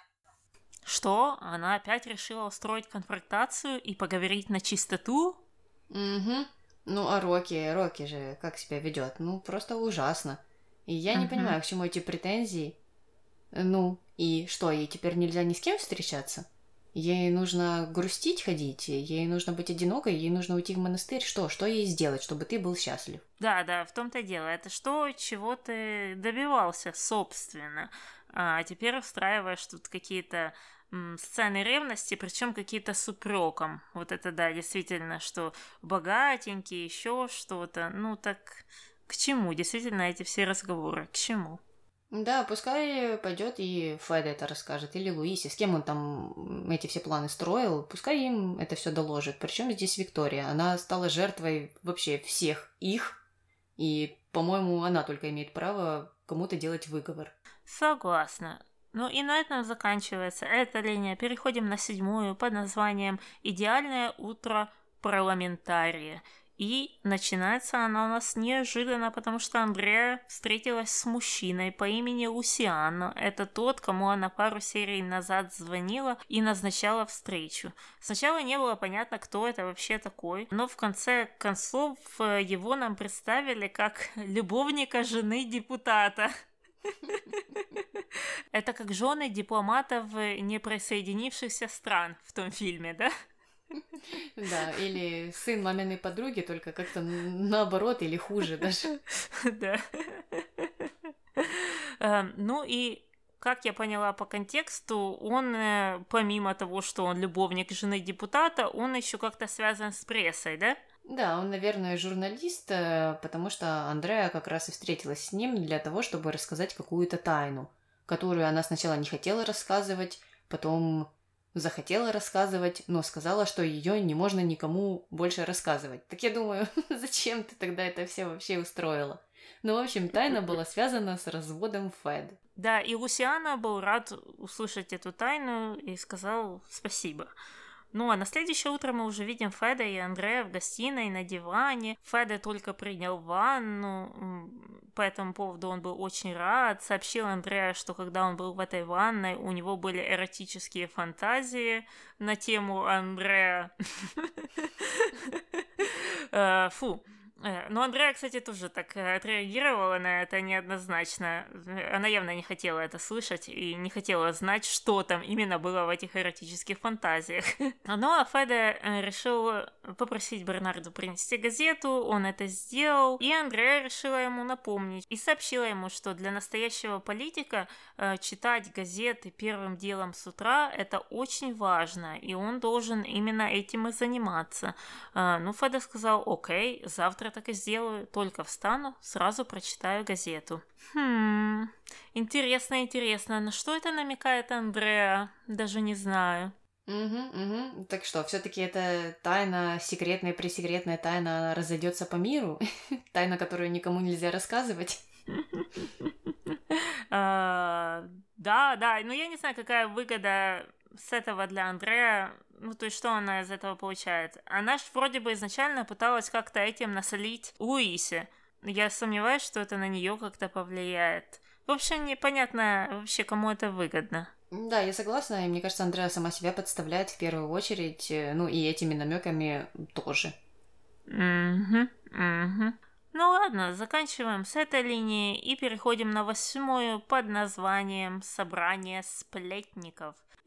Что? Она опять решила устроить конфронтацию и поговорить на чистоту? Угу. Ну, а Рокки, Рокки же как себя ведет? Ну, просто ужасно. И я не Мгм. понимаю, к чему эти претензии. Ну, и что, ей теперь нельзя ни с кем встречаться? Ей нужно грустить ходить, ей нужно быть одинокой, ей нужно уйти в монастырь. Что? Что ей сделать, чтобы ты был счастлив? Да, да, в том-то дело. Это что, чего ты добивался, собственно. А теперь устраиваешь тут какие-то м, сцены ревности, причем какие-то с упреком. Вот это да, действительно, что богатенький, еще что-то. Ну так к чему? Действительно, эти все разговоры. К чему? Да, пускай пойдет и Фед это расскажет, или Луисе, с кем он там эти все планы строил, пускай им это все доложит. Причем здесь Виктория, она стала жертвой вообще всех их, и, по-моему, она только имеет право кому-то делать выговор. Согласна. Ну и на этом заканчивается эта линия. Переходим на седьмую под названием «Идеальное утро парламентария». И начинается она у нас неожиданно, потому что Андреа встретилась с мужчиной по имени Лусиано. Это тот, кому она пару серий назад звонила и назначала встречу. Сначала не было понятно, кто это вообще такой, но в конце концов его нам представили как любовника жены депутата. Это как жены дипломатов неприсоединившихся стран в том фильме, да? Да, или сын маминой подруги, только как-то наоборот или хуже даже. Да. Эм, Ну и, как я поняла по контексту, он, э, помимо того, что он любовник жены депутата, он еще как-то связан с прессой, да? Да, он, наверное, журналист, э, потому что Андреа как раз и встретилась с ним для того, чтобы рассказать какую-то тайну, которую она сначала не хотела рассказывать, потом захотела рассказывать, но сказала, что ее не можно никому больше рассказывать. Так я думаю, зачем ты тогда это все вообще устроила? Ну, в общем, тайна была связана с разводом Фед. Да, и Лусиано был рад услышать эту тайну и сказал спасибо. Ну, а на следующее утро мы уже видим Феда и Андреа в гостиной на диване. Феда только принял ванну, м, по этому поводу он был очень рад. Сообщил Андреа, что когда он был в этой ванной, у него были эротические фантазии на тему Андреа. Э, Фу. Э, Но Андреа, кстати, тоже так э, отреагировала на это неоднозначно. Она явно не хотела это слышать и не хотела знать, что там именно было в этих эротических фантазиях. Ну, а Феде э, решил попросить Бернарду принести газету, он это сделал, и Андреа решила ему напомнить и сообщила ему, что для настоящего политика э, читать газеты первым делом с утра — это очень важно, и он должен именно этим и заниматься. Э, Ну, Феде сказал: окей, завтра так и сделаю, только встану, сразу прочитаю газету. Хм, интересно, интересно, на что это намекает Андреа? Даже не знаю. Угу, угу. Так что, все-таки эта тайна, секретная, пресекретная тайна, она разойдется по миру? Тайна, которую никому нельзя рассказывать? А, Да, да, но я не знаю, какая выгода с этого для Андреа. Ну, то есть, что она из этого получает? Она ж вроде бы изначально пыталась как-то этим насолить Луисе. Я сомневаюсь, что это на нее как-то повлияет. В общем, непонятно вообще, кому это выгодно. Да, я согласна, и мне кажется, Андреа сама себя подставляет в первую очередь, э, ну и этими намеками тоже. Угу, угу. Ну ладно, заканчиваем с этой линии и переходим на восьмую под названием «Собрание сплетников».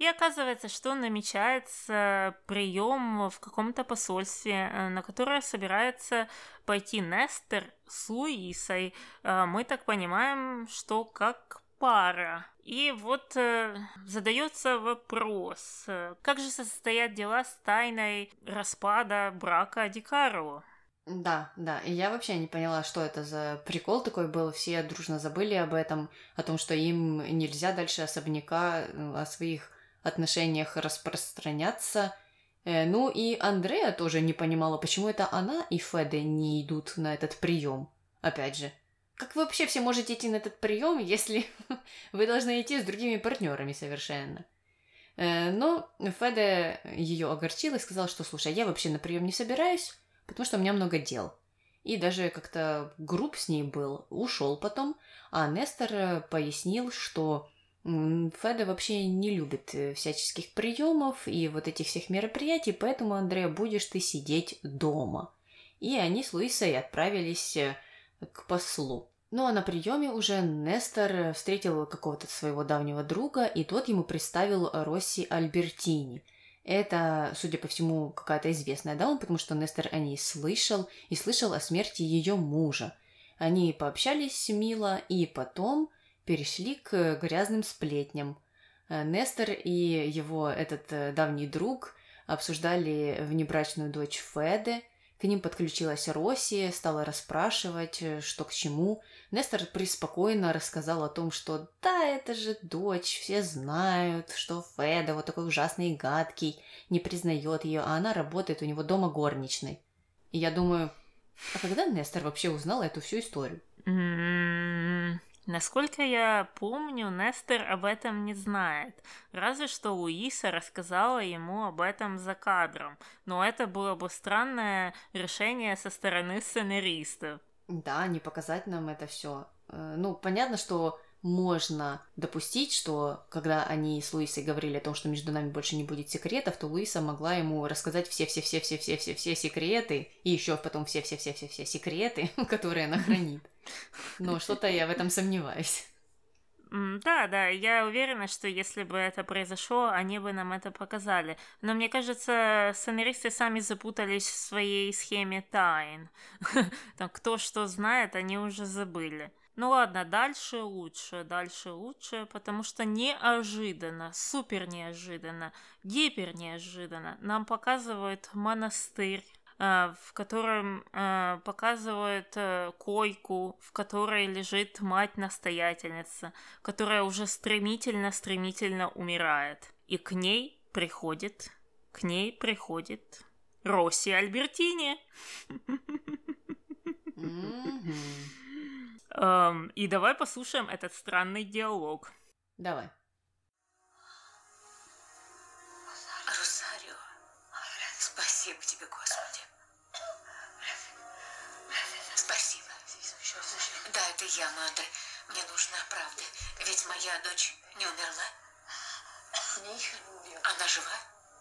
И оказывается, что намечается прием в каком-то посольстве, на которое собирается пойти Нестер с Луисой. Мы так понимаем, что как пара. И вот э, задается вопрос, как же состоят дела с тайной распада брака Ди Карло? Да, да, и я вообще не поняла, что это за прикол такой был, все дружно забыли об этом, о том, что им нельзя дальше особняка о своих отношениях распространяться. Э, ну и Андреа тоже не понимала, почему это она и Феде не идут на этот прием. Опять же, как вы вообще все можете идти на этот прием, если вы должны идти с другими партнерами совершенно? Э, но Феде ее огорчил и сказал, что, слушай, я вообще на прием не собираюсь, потому что у меня много дел. И даже как-то груб с ней был, ушел потом, а Нестор пояснил, что Феде вообще не любит всяческих приемов и вот этих всех мероприятий, поэтому, Андреа, будешь ты сидеть дома. И они с Луисой отправились к послу. Ну а на приеме уже Нестор встретил какого-то своего давнего друга, и тот ему представил Росси Альбертини. Это, судя по всему, какая-то известная дама, потому что Нестор о ней слышал и слышал о смерти ее мужа. Они пообщались мило и потом перешли к грязным сплетням. Нестор и его этот давний друг обсуждали внебрачную дочь Феде. К ним подключилась Росси, стала расспрашивать, что к чему. Нестор преспокойно рассказал о том, что да, это же дочь, все знают, что Феде вот такой ужасный и гадкий, не признает ее, а она работает у него дома горничной. И я думаю, а когда Нестор вообще узнал эту всю историю? Mm-hmm. Насколько я помню, Нестор об этом не знает. Разве что Луиса рассказала ему об этом за кадром. Но это было бы странное решение со стороны сценаристов. Да, не показать нам это все. Ну, понятно, что можно допустить, что когда они с Луисой говорили о том, что между нами больше не будет секретов, то Луиса могла ему рассказать все-все-все-все-все-все-все секреты, и еще потом все-все-все-все-все секреты, которые она хранит. Но что-то я в этом сомневаюсь. Да, да, я уверена, что если бы это произошло, они бы нам это показали. Но мне кажется, сценаристы сами запутались в своей схеме тайн. Там кто что знает, они уже забыли. Ну ладно, дальше лучше, дальше лучше, потому что неожиданно, супер неожиданно, гипер неожиданно нам показывают монастырь, в котором показывают койку, в которой лежит мать-настоятельница, которая уже стремительно-стремительно умирает. И к ней приходит, к ней приходит Росси Альбертини. Um, и давай послушаем этот странный диалог. Давай. Росарио, спасибо тебе, Господи. Спасибо. Да, это я, Мадре. Мне нужна правда. Ведь моя дочь не умерла. Она жива?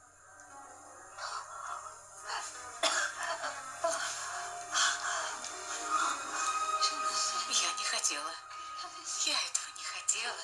Я не хотела. Я этого не хотела.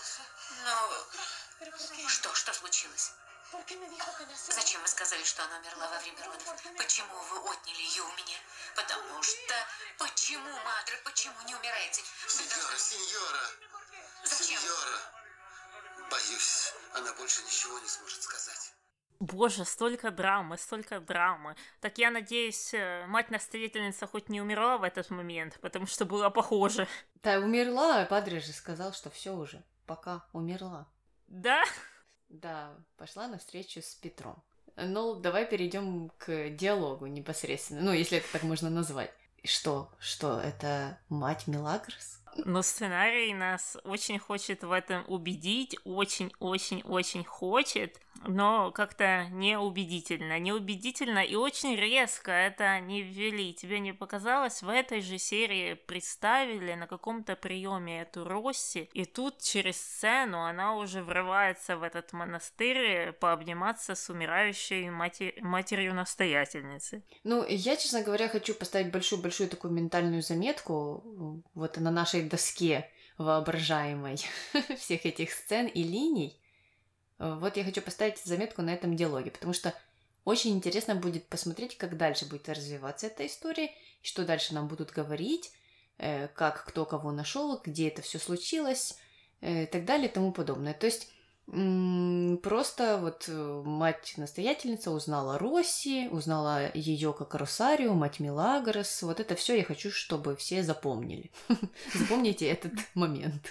Но... Что? Что случилось? Зачем вы сказали, что она умерла во время родов? Почему вы отняли ее у меня? Потому что... Почему, Мадре, почему не умираете? Сеньора, сеньора! Зачем? Сеньора! Боюсь, она больше ничего не сможет сказать. Боже, столько драмы, столько драмы. Так я надеюсь, мать-настоятельница хоть не умерла в этот момент, потому что было похоже. Да, умерла, а Падре же сказал, что все уже, пока умерла. Да? Да, пошла на встречу с Петром. Ну, давай перейдем к диалогу непосредственно, ну, если это так можно назвать. Что? Что, это мать Милагрос? Но сценарий нас очень хочет в этом убедить, очень-очень-очень хочет, но как-то неубедительно. Неубедительно и очень резко это они ввели. Тебе не показалось? В этой же серии представили на каком-то приеме эту Росси, и тут через сцену она уже врывается в этот монастырь пообниматься с умирающей мати- матерью-настоятельницей. Ну, я, честно говоря, хочу поставить большую-большую такую ментальную заметку вот на нашей доске воображаемой всех этих сцен и линий. Вот я хочу поставить заметку на этом диалоге, потому что очень интересно будет посмотреть, как дальше будет развиваться эта история, что дальше нам будут говорить, как кто кого нашел, где это все случилось, и так далее и тому подобное. То есть просто вот мать-настоятельница узнала Росси, узнала ее как Росарио, мать Милагрос. Вот это все я хочу, чтобы все запомнили. Запомните этот момент.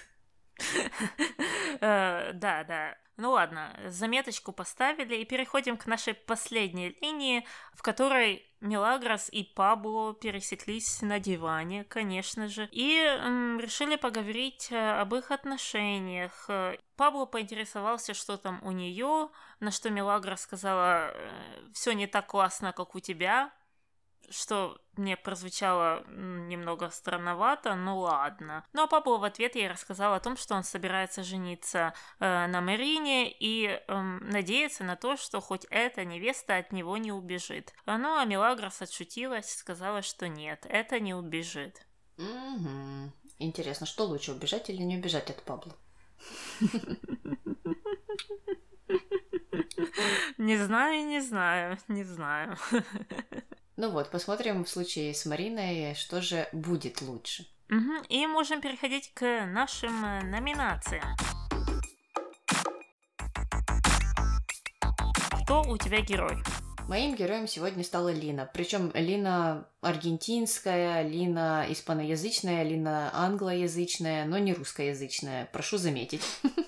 Да, да. Ну ладно, заметочку поставили и переходим к нашей последней линии, в которой Милагрос и Пабло пересеклись на диване, конечно же, и м, решили поговорить об их отношениях. Пабло поинтересовался, что там у нее, на что Милагрос сказала: «Все не так классно, как у тебя», что мне прозвучало немного странновато, ну ладно. Ну а Пабло в ответ ей рассказал о том, что он собирается жениться э, на Марине и э, надеется на то, что хоть эта невеста от него не убежит. Ну а Милагрос отшутилась, сказала, что нет, это не убежит. Угу. Интересно, что лучше, убежать или не убежать от Пабло? Не знаю, не знаю, не знаю. Ну вот, посмотрим в случае с Мариной, что же будет лучше. Угу. И можем переходить к нашим номинациям. Кто у тебя герой? Моим героем сегодня стала Лина. Причем Лина аргентинская, Лина испаноязычная, Лина англоязычная, но не русскоязычная. Прошу заметить.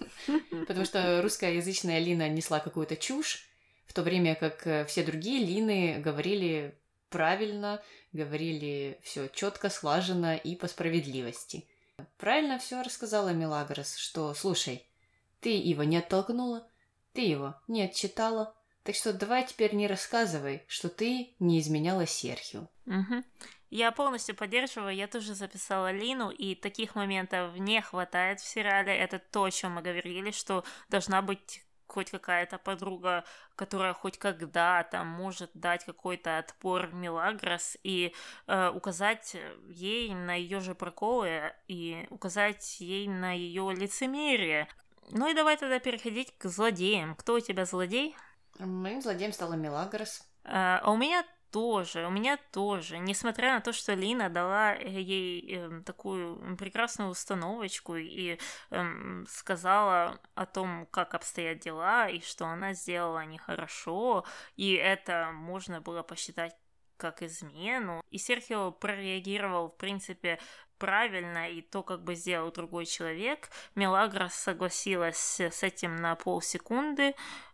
Потому что русскоязычная Лина несла какую-то чушь, в то время как все другие Лины говорили правильно, говорили все четко, слаженно и по справедливости. Правильно все рассказала Милагрос, что, слушай, ты его не оттолкнула, ты его не отчитала, так что давай теперь не рассказывай, что ты не изменяла Серхио. Угу. Я полностью поддерживаю, я тоже записала Лину, и таких моментов не хватает в сериале. Это то, о чем мы говорили, что должна быть хоть какая-то подруга, которая хоть когда-то может дать какой-то отпор Милагрос и э, указать ей на ее же проколы и указать ей на ее лицемерие. Ну и давай тогда переходить к злодеям. Кто у тебя злодей? Моим злодеем стала Милагрос. А, а у меня тоже, у меня тоже. Несмотря на то, что Лина дала ей э, такую прекрасную установочку и э, сказала о том, как обстоят дела, и что она сделала нехорошо, и это можно было посчитать как измену. И Серхио прореагировал, в принципе, правильно, и то, как бы сделал другой человек. Милагрос согласилась с этим на полсекунды,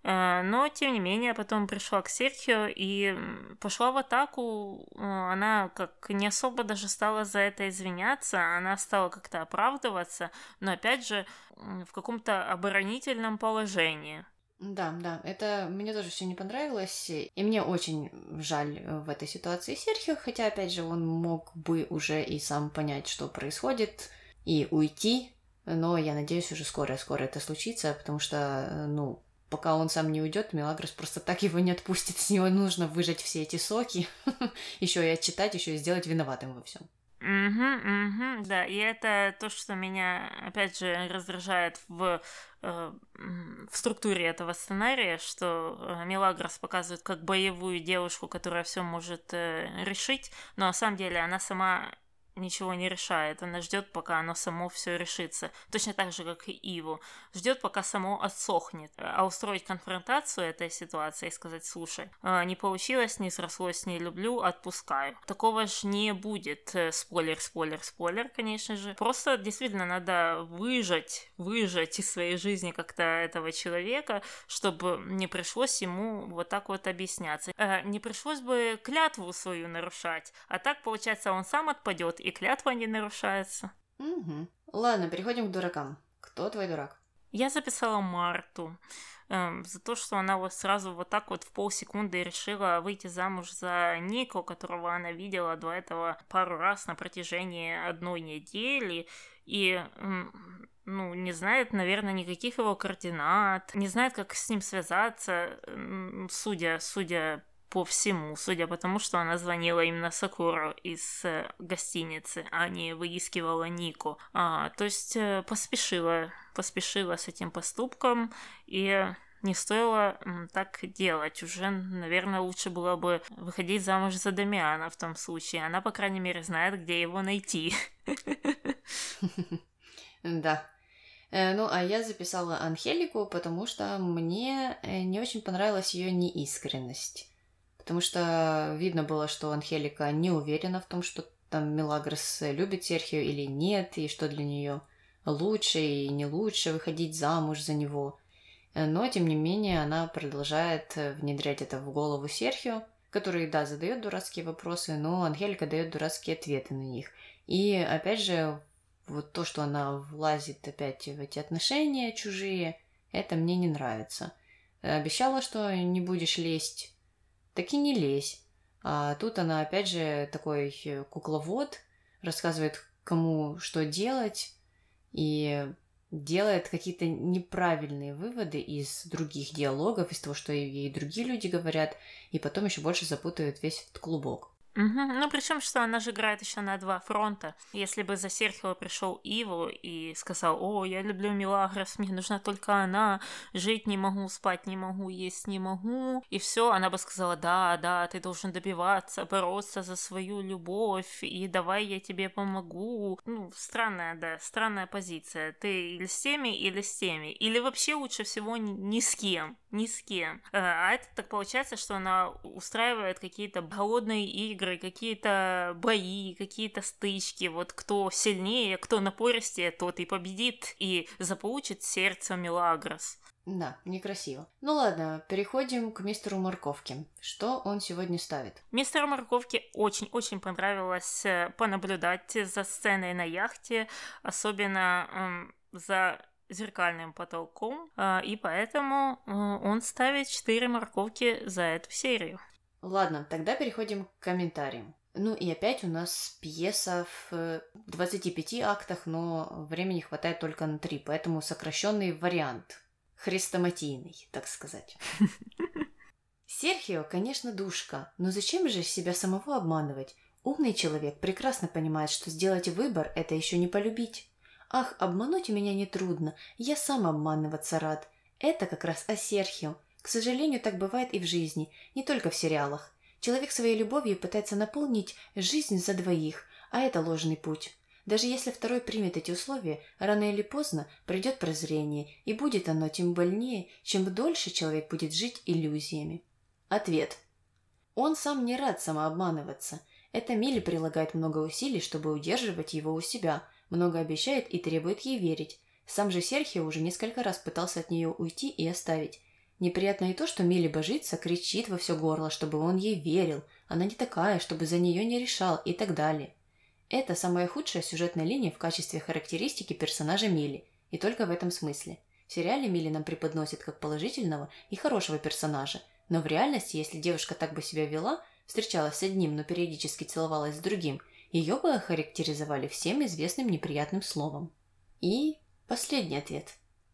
но, тем не менее, потом пришла к Серхио и пошла в атаку. Она как не особо даже стала за это извиняться, она стала как-то оправдываться, но, опять же, в каком-то оборонительном положении. Да, да, это мне тоже все не понравилось, и мне очень жаль в этой ситуации Серхио, хотя, опять же, он мог бы уже и сам понять, что происходит, и уйти, но я надеюсь, уже скоро-скоро это случится, потому что, ну, пока он сам не уйдет, Милагрос просто так его не отпустит, с него нужно выжать все эти соки, еще и отчитать, еще и сделать виноватым во всем. Угу, угу, да, и это то, что меня, опять же, раздражает в, э, в структуре этого сценария, что Милагрос показывает как боевую девушку, которая все может э, решить, но на самом деле она сама ничего не решает, она ждет, пока оно само все решится, точно так же, как и Иву, ждет, пока само отсохнет, а устроить конфронтацию этой ситуации и сказать: слушай, не получилось, не срослось, не люблю, отпускаю. Такого ж не будет. Спойлер, спойлер, спойлер, конечно же. Просто действительно надо выжать, выжать из своей жизни как-то этого человека, чтобы не пришлось ему вот так вот объясняться. Не пришлось бы клятву свою нарушать, а так, получается, он сам отпадет, и клятва не нарушается. Угу. Ладно, переходим к дуракам. Кто твой дурак? Я записала Марту э, за то, что она вот сразу вот так вот в полсекунды решила выйти замуж за Нико, которого она видела до этого пару раз на протяжении одной недели, и э, ну, не знает, наверное, никаких его координат, не знает, как с ним связаться, э, судя, судя по всему, судя по тому, что она звонила именно Сакуру из э, гостиницы, а не выискивала Нико. А, то есть э, поспешила, поспешила с этим поступком, и не стоило м, так делать. Уже, наверное, лучше было бы выходить замуж за Дамиана в том случае. Она, по крайней мере, знает, где его найти. Да. Ну, а я записала Анхелику, потому что мне не очень понравилась ее неискренность. Потому что видно было, что Анхелика не уверена в том, что там Мелагрос любит Серхио или нет, и что для нее лучше и не лучше выходить замуж за него. Но, тем не менее, она продолжает внедрять это в голову Серхио, который, да, задает дурацкие вопросы, но Анхелика дает дурацкие ответы на них. И, опять же, вот то, что она влазит опять в эти отношения чужие, это мне не нравится. Обещала, что не будешь лезть, так и не лезь. А тут она опять же такой кукловод, рассказывает, кому что делать, и делает какие-то неправильные выводы из других диалогов, из того, что ей другие люди говорят, и потом еще больше запутывает весь этот клубок. Угу. Ну, причем, что она же играет еще на два фронта. Если бы за Серхио пришел Иво и сказал: «О, я люблю Мелагрос, мне нужна только она, жить не могу, спать не могу, есть не могу», и все, она бы сказала: «Да, да, ты должен добиваться, бороться за свою любовь, и давай я тебе помогу». Ну, странная, да, странная позиция. Ты или с теми, или с теми. Или вообще лучше всего ни, ни с кем, ни с кем. А это так получается, что она устраивает какие-то голодные игры, какие-то бои, какие-то стычки. Вот кто сильнее, кто напористее, тот и победит и заполучит сердце Мелагрос. Да, некрасиво. Ну ладно, переходим к мистеру Морковке. Что он сегодня ставит? Мистеру Морковке очень-очень понравилось понаблюдать за сценой на яхте, особенно эм, за зеркальным потолком, э, и поэтому э, он ставит четыре морковки за эту серию. Ладно, тогда переходим к комментариям. Ну и опять у нас пьеса в двадцати пяти актах, но времени хватает только на три, поэтому сокращенный вариант. Хрестоматийный, так сказать. Серхио, конечно, душка, но зачем же себя самого обманывать? Умный человек прекрасно понимает, что сделать выбор – это еще не полюбить. Ах, обмануть меня нетрудно, я сам обманываться рад. Это как раз о Серхио. К сожалению, так бывает и в жизни, не только в сериалах. Человек своей любовью пытается наполнить жизнь за двоих, а это ложный путь. Даже если второй примет эти условия, рано или поздно придет прозрение, и будет оно тем больнее, чем дольше человек будет жить иллюзиями. Ответ. Он сам не рад самообманываться. Это Милли прилагает много усилий, чтобы удерживать его у себя, много обещает и требует ей верить. Сам же Серхио уже несколько раз пытался от нее уйти и оставить. Неприятно и то, что Милли божится, кричит во все горло, чтобы он ей верил, она не такая, чтобы за нее не решал и так далее. Это самая худшая сюжетная линия в качестве характеристики персонажа Милли, и только в этом смысле. В сериале Милли нам преподносит как положительного и хорошего персонажа, но в реальности, если девушка так бы себя вела, встречалась с одним, но периодически целовалась с другим, ее бы охарактеризовали всем известным неприятным словом. И последний ответ.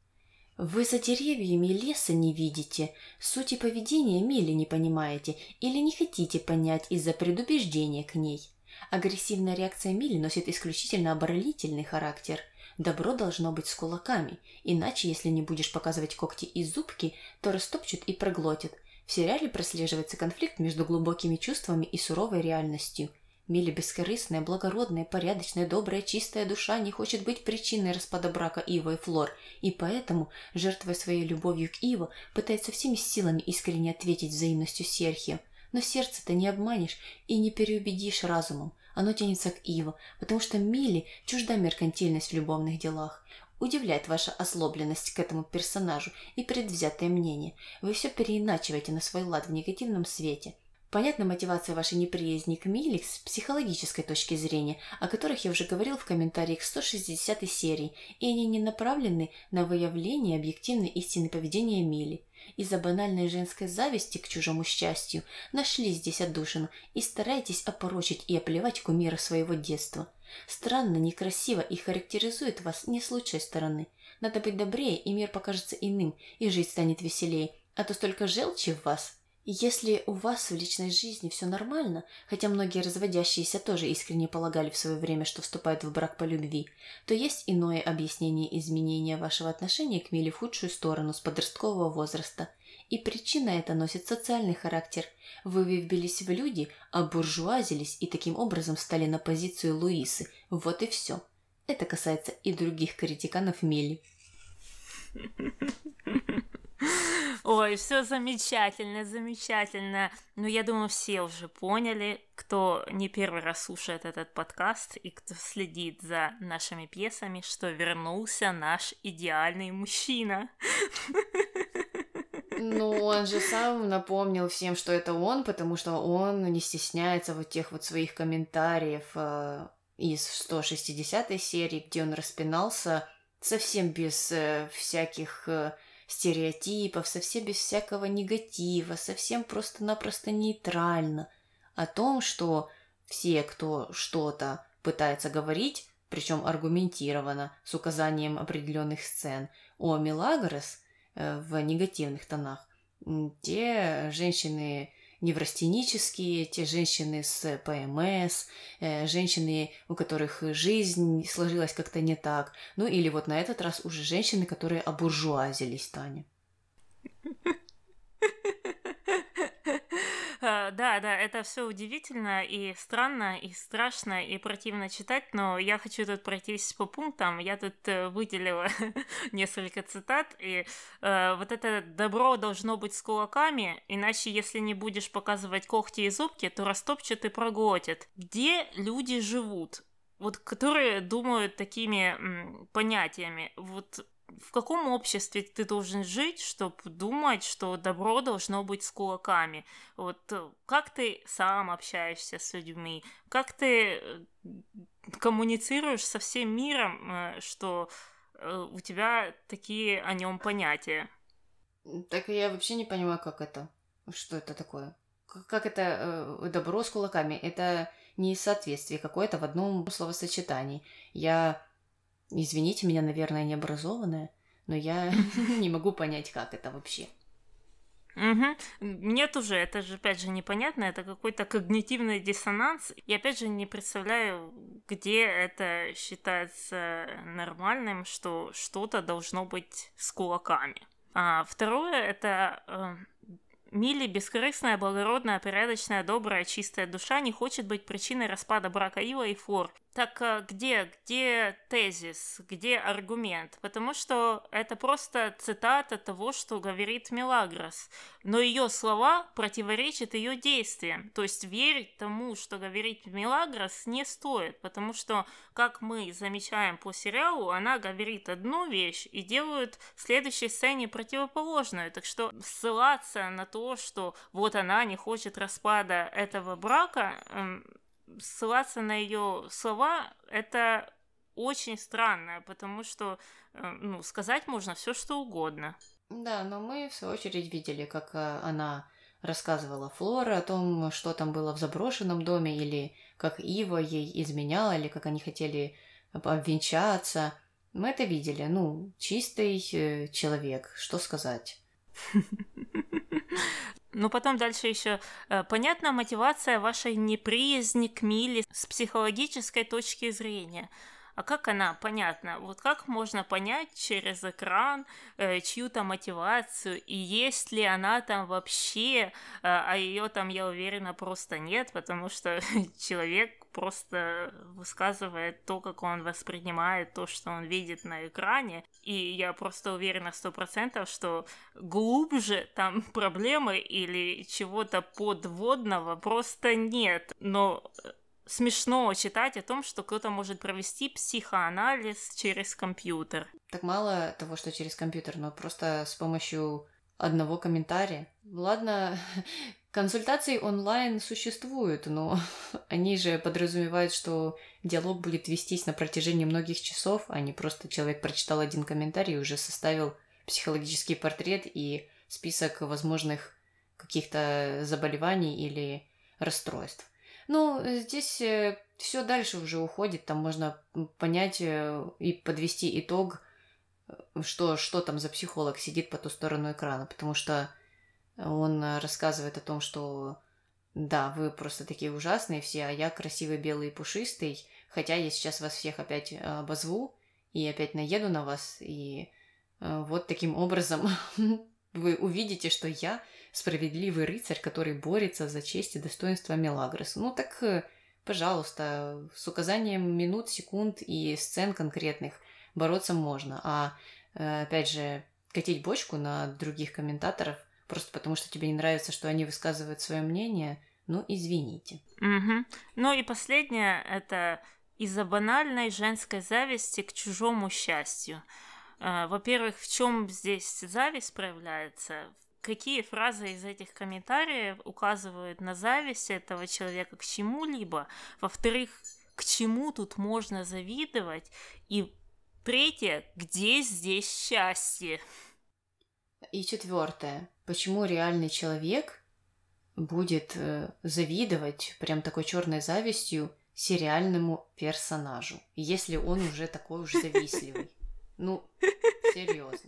Вы за деревьями леса не видите, сути поведения Милли не понимаете или не хотите понять из-за предубеждения к ней. Агрессивная реакция Милли носит исключительно оборонительный характер. Добро должно быть с кулаками, иначе, если не будешь показывать когти и зубки, то растопчут и проглотят. В сериале прослеживается конфликт между глубокими чувствами и суровой реальностью. Милли бескорыстная, благородная, порядочная, добрая, чистая душа не хочет быть причиной распада брака Иво и Флор, и поэтому, жертвуя своей любовью к Иво, пытается всеми силами искренне ответить взаимностью Серхио. Но сердце-то не обманешь и не переубедишь разумом. Оно тянется к Иво, потому что Милли чужда меркантильность в любовных делах. Удивляет ваша озлобленность к этому персонажу и предвзятое мнение. Вы все переиначиваете на свой лад в негативном свете. Понятна мотивация вашей неприязни к Милли с психологической точки зрения, о которых я уже говорил в комментариях к сто шестидесятой серии, и они не направлены на выявление объективной истины поведения Милли. Из-за банальной женской зависти к чужому счастью нашли здесь отдушину и стараетесь опорочить и оплевать кумира своего детства. Странно, некрасиво и характеризует вас не с лучшей стороны. Надо быть добрее, и мир покажется иным, и жизнь станет веселее, а то столько желчи в вас. Если у вас в личной жизни все нормально, хотя многие разводящиеся тоже искренне полагали в свое время, что вступают в брак по любви, то есть иное объяснение изменения вашего отношения к Миле в худшую сторону с подросткового возраста. И причина эта носит социальный характер. Вы выбились в люди, обуржуазились и таким образом стали на позицию Луисы. Вот и все. Это касается и других критиканов Мили. Ой, все замечательно, замечательно. Ну, я думаю, все уже поняли, кто не первый раз слушает этот подкаст и кто следит за нашими пьесами, что вернулся наш идеальный мужчина. Ну, он же сам напомнил всем, что это он, потому что он не стесняется вот тех вот своих комментариев э, из сто шестидесятой серии, где он распинался совсем без э, всяких э, стереотипов, совсем без всякого негатива, совсем просто-напросто нейтрально о том, что все, кто что-то пытается говорить, причем аргументированно, с указанием определенных сцен, о Мелагрос в негативных тонах, те женщины неврастенические, те женщины с ПМС, женщины, у которых жизнь сложилась как-то не так, ну или вот на этот раз уже женщины, которые обуржуазились, Таня. Да, да, это все удивительно и странно, и страшно, и противно читать, но я хочу тут пройтись по пунктам. Я тут выделила несколько цитат, и э, вот это «добро должно быть с кулаками, иначе если не будешь показывать когти и зубки, то растопчет и проглотит». Где люди живут? Вот которые думают такими м, понятиями. Вот в каком обществе ты должен жить, чтобы думать, что добро должно быть с кулаками? Вот как ты сам общаешься с людьми? Как ты коммуницируешь со всем миром, что у тебя такие о нем понятия? Так я вообще не понимаю, как это. Что это такое? Как это э, добро с кулаками? Это несоответствие какое-то в одном словосочетании. Я... Извините меня, наверное, необразованная, но я не могу понять, как это вообще. Угу. Мне тоже, это же, опять же, непонятно, это какой-то когнитивный диссонанс. Я, опять же, не представляю, где это считается нормальным, что что-то должно быть с кулаками. А второе, это... Э, Милли, бескорыстная, благородная, порядочная, добрая, чистая душа, не хочет быть причиной распада брака Ива и Флор. Так где, где тезис, где аргумент? Потому что это просто цитата того, что говорит Мелагрос. Но ее слова противоречат ее действиям. То есть верить тому, что говорит Мелагрос, не стоит. Потому что, как мы замечаем по сериалу, она говорит одну вещь и делает в следующей сцене противоположную. Так что ссылаться на то, что вот она не хочет распада этого брака... Эм, ссылаться на ее слова, это очень странно, потому что, ну, сказать можно все что угодно. Да, но мы в свою очередь видели, как она рассказывала Флоре о том, что там было в заброшенном доме, или как Ива ей изменяла, или как они хотели обвенчаться. Мы это видели. Ну, чистый человек, что сказать. Ну, потом дальше еще э, понятна мотивация вашей неприязни к Миле с психологической точки зрения. А как она понятна? Вот как можно понять через экран э, чью-то мотивацию, и есть ли она там вообще, э, а ее там, я уверена, просто нет, потому что человек просто высказывает то, как он воспринимает то, что он видит на экране, и я просто уверена сто процентов, что глубже там проблемы или чего-то подводного просто нет, но... Смешно читать о том, что кто-то может провести психоанализ через компьютер. Так мало того, что через компьютер, но просто с помощью одного комментария. Ладно, консультации онлайн существуют, но они же подразумевают, что диалог будет вестись на протяжении многих часов, а не просто человек прочитал один комментарий и уже составил психологический портрет и список возможных каких-то заболеваний или расстройств. Ну, здесь все дальше уже уходит, там можно понять и подвести итог, что, что там за психолог сидит по ту сторону экрана, потому что Он рассказывает о том, что да, вы просто такие ужасные все, а я красивый, белый и пушистый, хотя я сейчас вас всех опять обозву и опять наеду на вас, и вот таким образом вы увидите, что я справедливый рыцарь, который борется за честь и достоинство Мелагрос. Ну так, пожалуйста, с указанием минут, секунд и сцен конкретных бороться можно, а опять же, катить бочку на других комментаторов просто потому, что тебе не нравится, что они высказывают свое мнение, ну, извините. Угу. Ну и последнее, это из-за банальной женской зависти к чужому счастью. Во-первых, в чем здесь зависть проявляется? Какие фразы из этих комментариев указывают на зависть этого человека к чему-либо? Во-вторых, к чему тут можно завидовать? И третье, где здесь счастье? И четвертое, почему реальный человек будет э, завидовать прям такой черной завистью сериальному персонажу, если он уже такой уж завистливый? Ну, серьезно.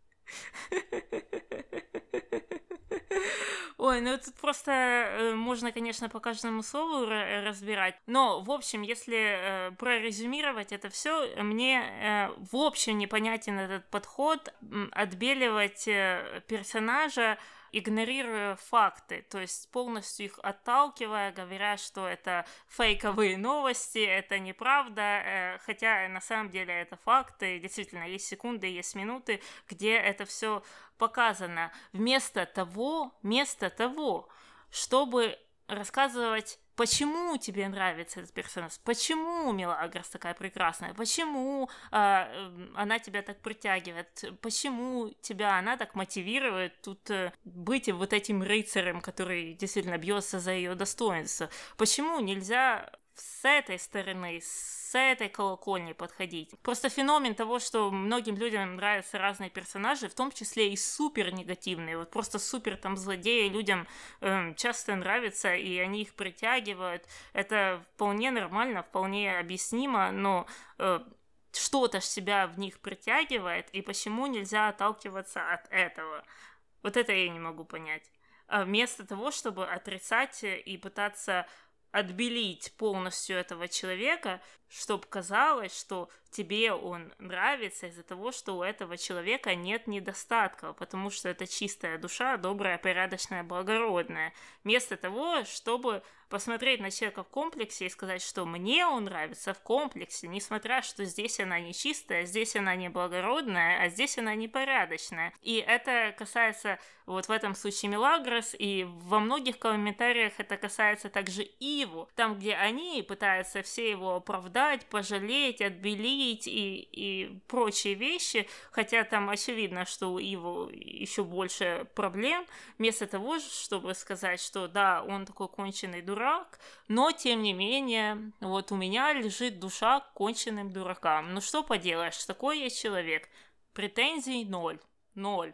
Ой, ну тут просто э, можно, конечно, по каждому слову р- разбирать. Но, в общем, если э, прорезюмировать это все, мне э, в общем непонятен этот подход э, отбеливать э, персонажа, игнорируя факты, то есть полностью их отталкивая, говоря, что это фейковые новости, это неправда, э, хотя на самом деле это факты, действительно, есть секунды, есть минуты, где это все показано. Вместо того, вместо того, чтобы рассказывать, почему тебе нравится этот персонаж, почему Мелагрос такая прекрасная, почему э, она тебя так притягивает, почему тебя она так мотивирует тут э, быть вот этим рыцарем, который действительно бьется за ее достоинство, почему нельзя с этой стороны, с этой колокольни подходить. Просто феномен того, что многим людям нравятся разные персонажи, в том числе и супер негативные, вот просто супер там злодеи людям э, часто нравятся, и они их притягивают. Это вполне нормально, вполне объяснимо, но э, что-то ж себя в них притягивает, и почему нельзя отталкиваться от этого? Вот это я не могу понять. А вместо того, чтобы отрицать и пытаться отбелить полностью этого человека, чтобы казалось, что тебе он нравится из-за того, что у этого человека нет недостатков, потому что это чистая душа, добрая, порядочная, благородная. Вместо того, чтобы посмотреть на человека в комплексе и сказать, что мне он нравится в комплексе, несмотря, что здесь она не чистая, здесь она не благородная, а здесь она непорядочная. И это касается вот в этом случае Мелагрос, и во многих комментариях это касается также Иву, там, где они пытаются все его оправдать, пожалеть, отбелить и, и прочие вещи, хотя там очевидно, что у Иву еще больше проблем, вместо того, чтобы сказать, что да, он такой конченый дурак, но тем не менее, вот у меня лежит душа к конченным дуракам. Ну что поделаешь, такой я человек. Претензий ноль. Ноль.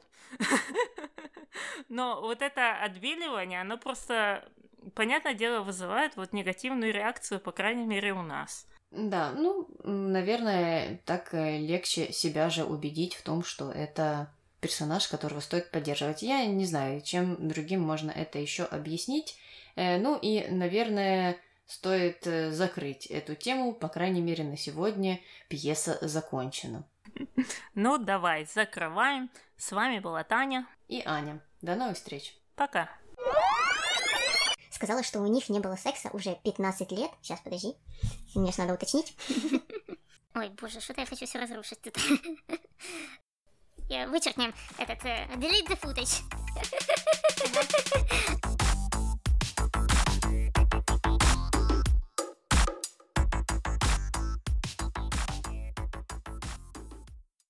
Но вот это отбеливание, оно просто, понятное дело, вызывает вот негативную реакцию, по крайней мере, у нас. Да, ну, наверное, так легче себя же убедить в том, что это персонаж, которого стоит поддерживать. Я не знаю, чем другим можно это еще объяснить. Ну и, наверное, стоит закрыть эту тему, по крайней мере, на сегодня пьеса закончена. Ну, давай, закрываем. С вами была Таня и Аня. До новых встреч. Пока. Сказала, что у них не было секса уже пятнадцать лет. Сейчас, подожди. Мне ж надо уточнить. Ой, боже, что-то я хочу все разрушить тут. Вычеркнем этот... Delete the footage.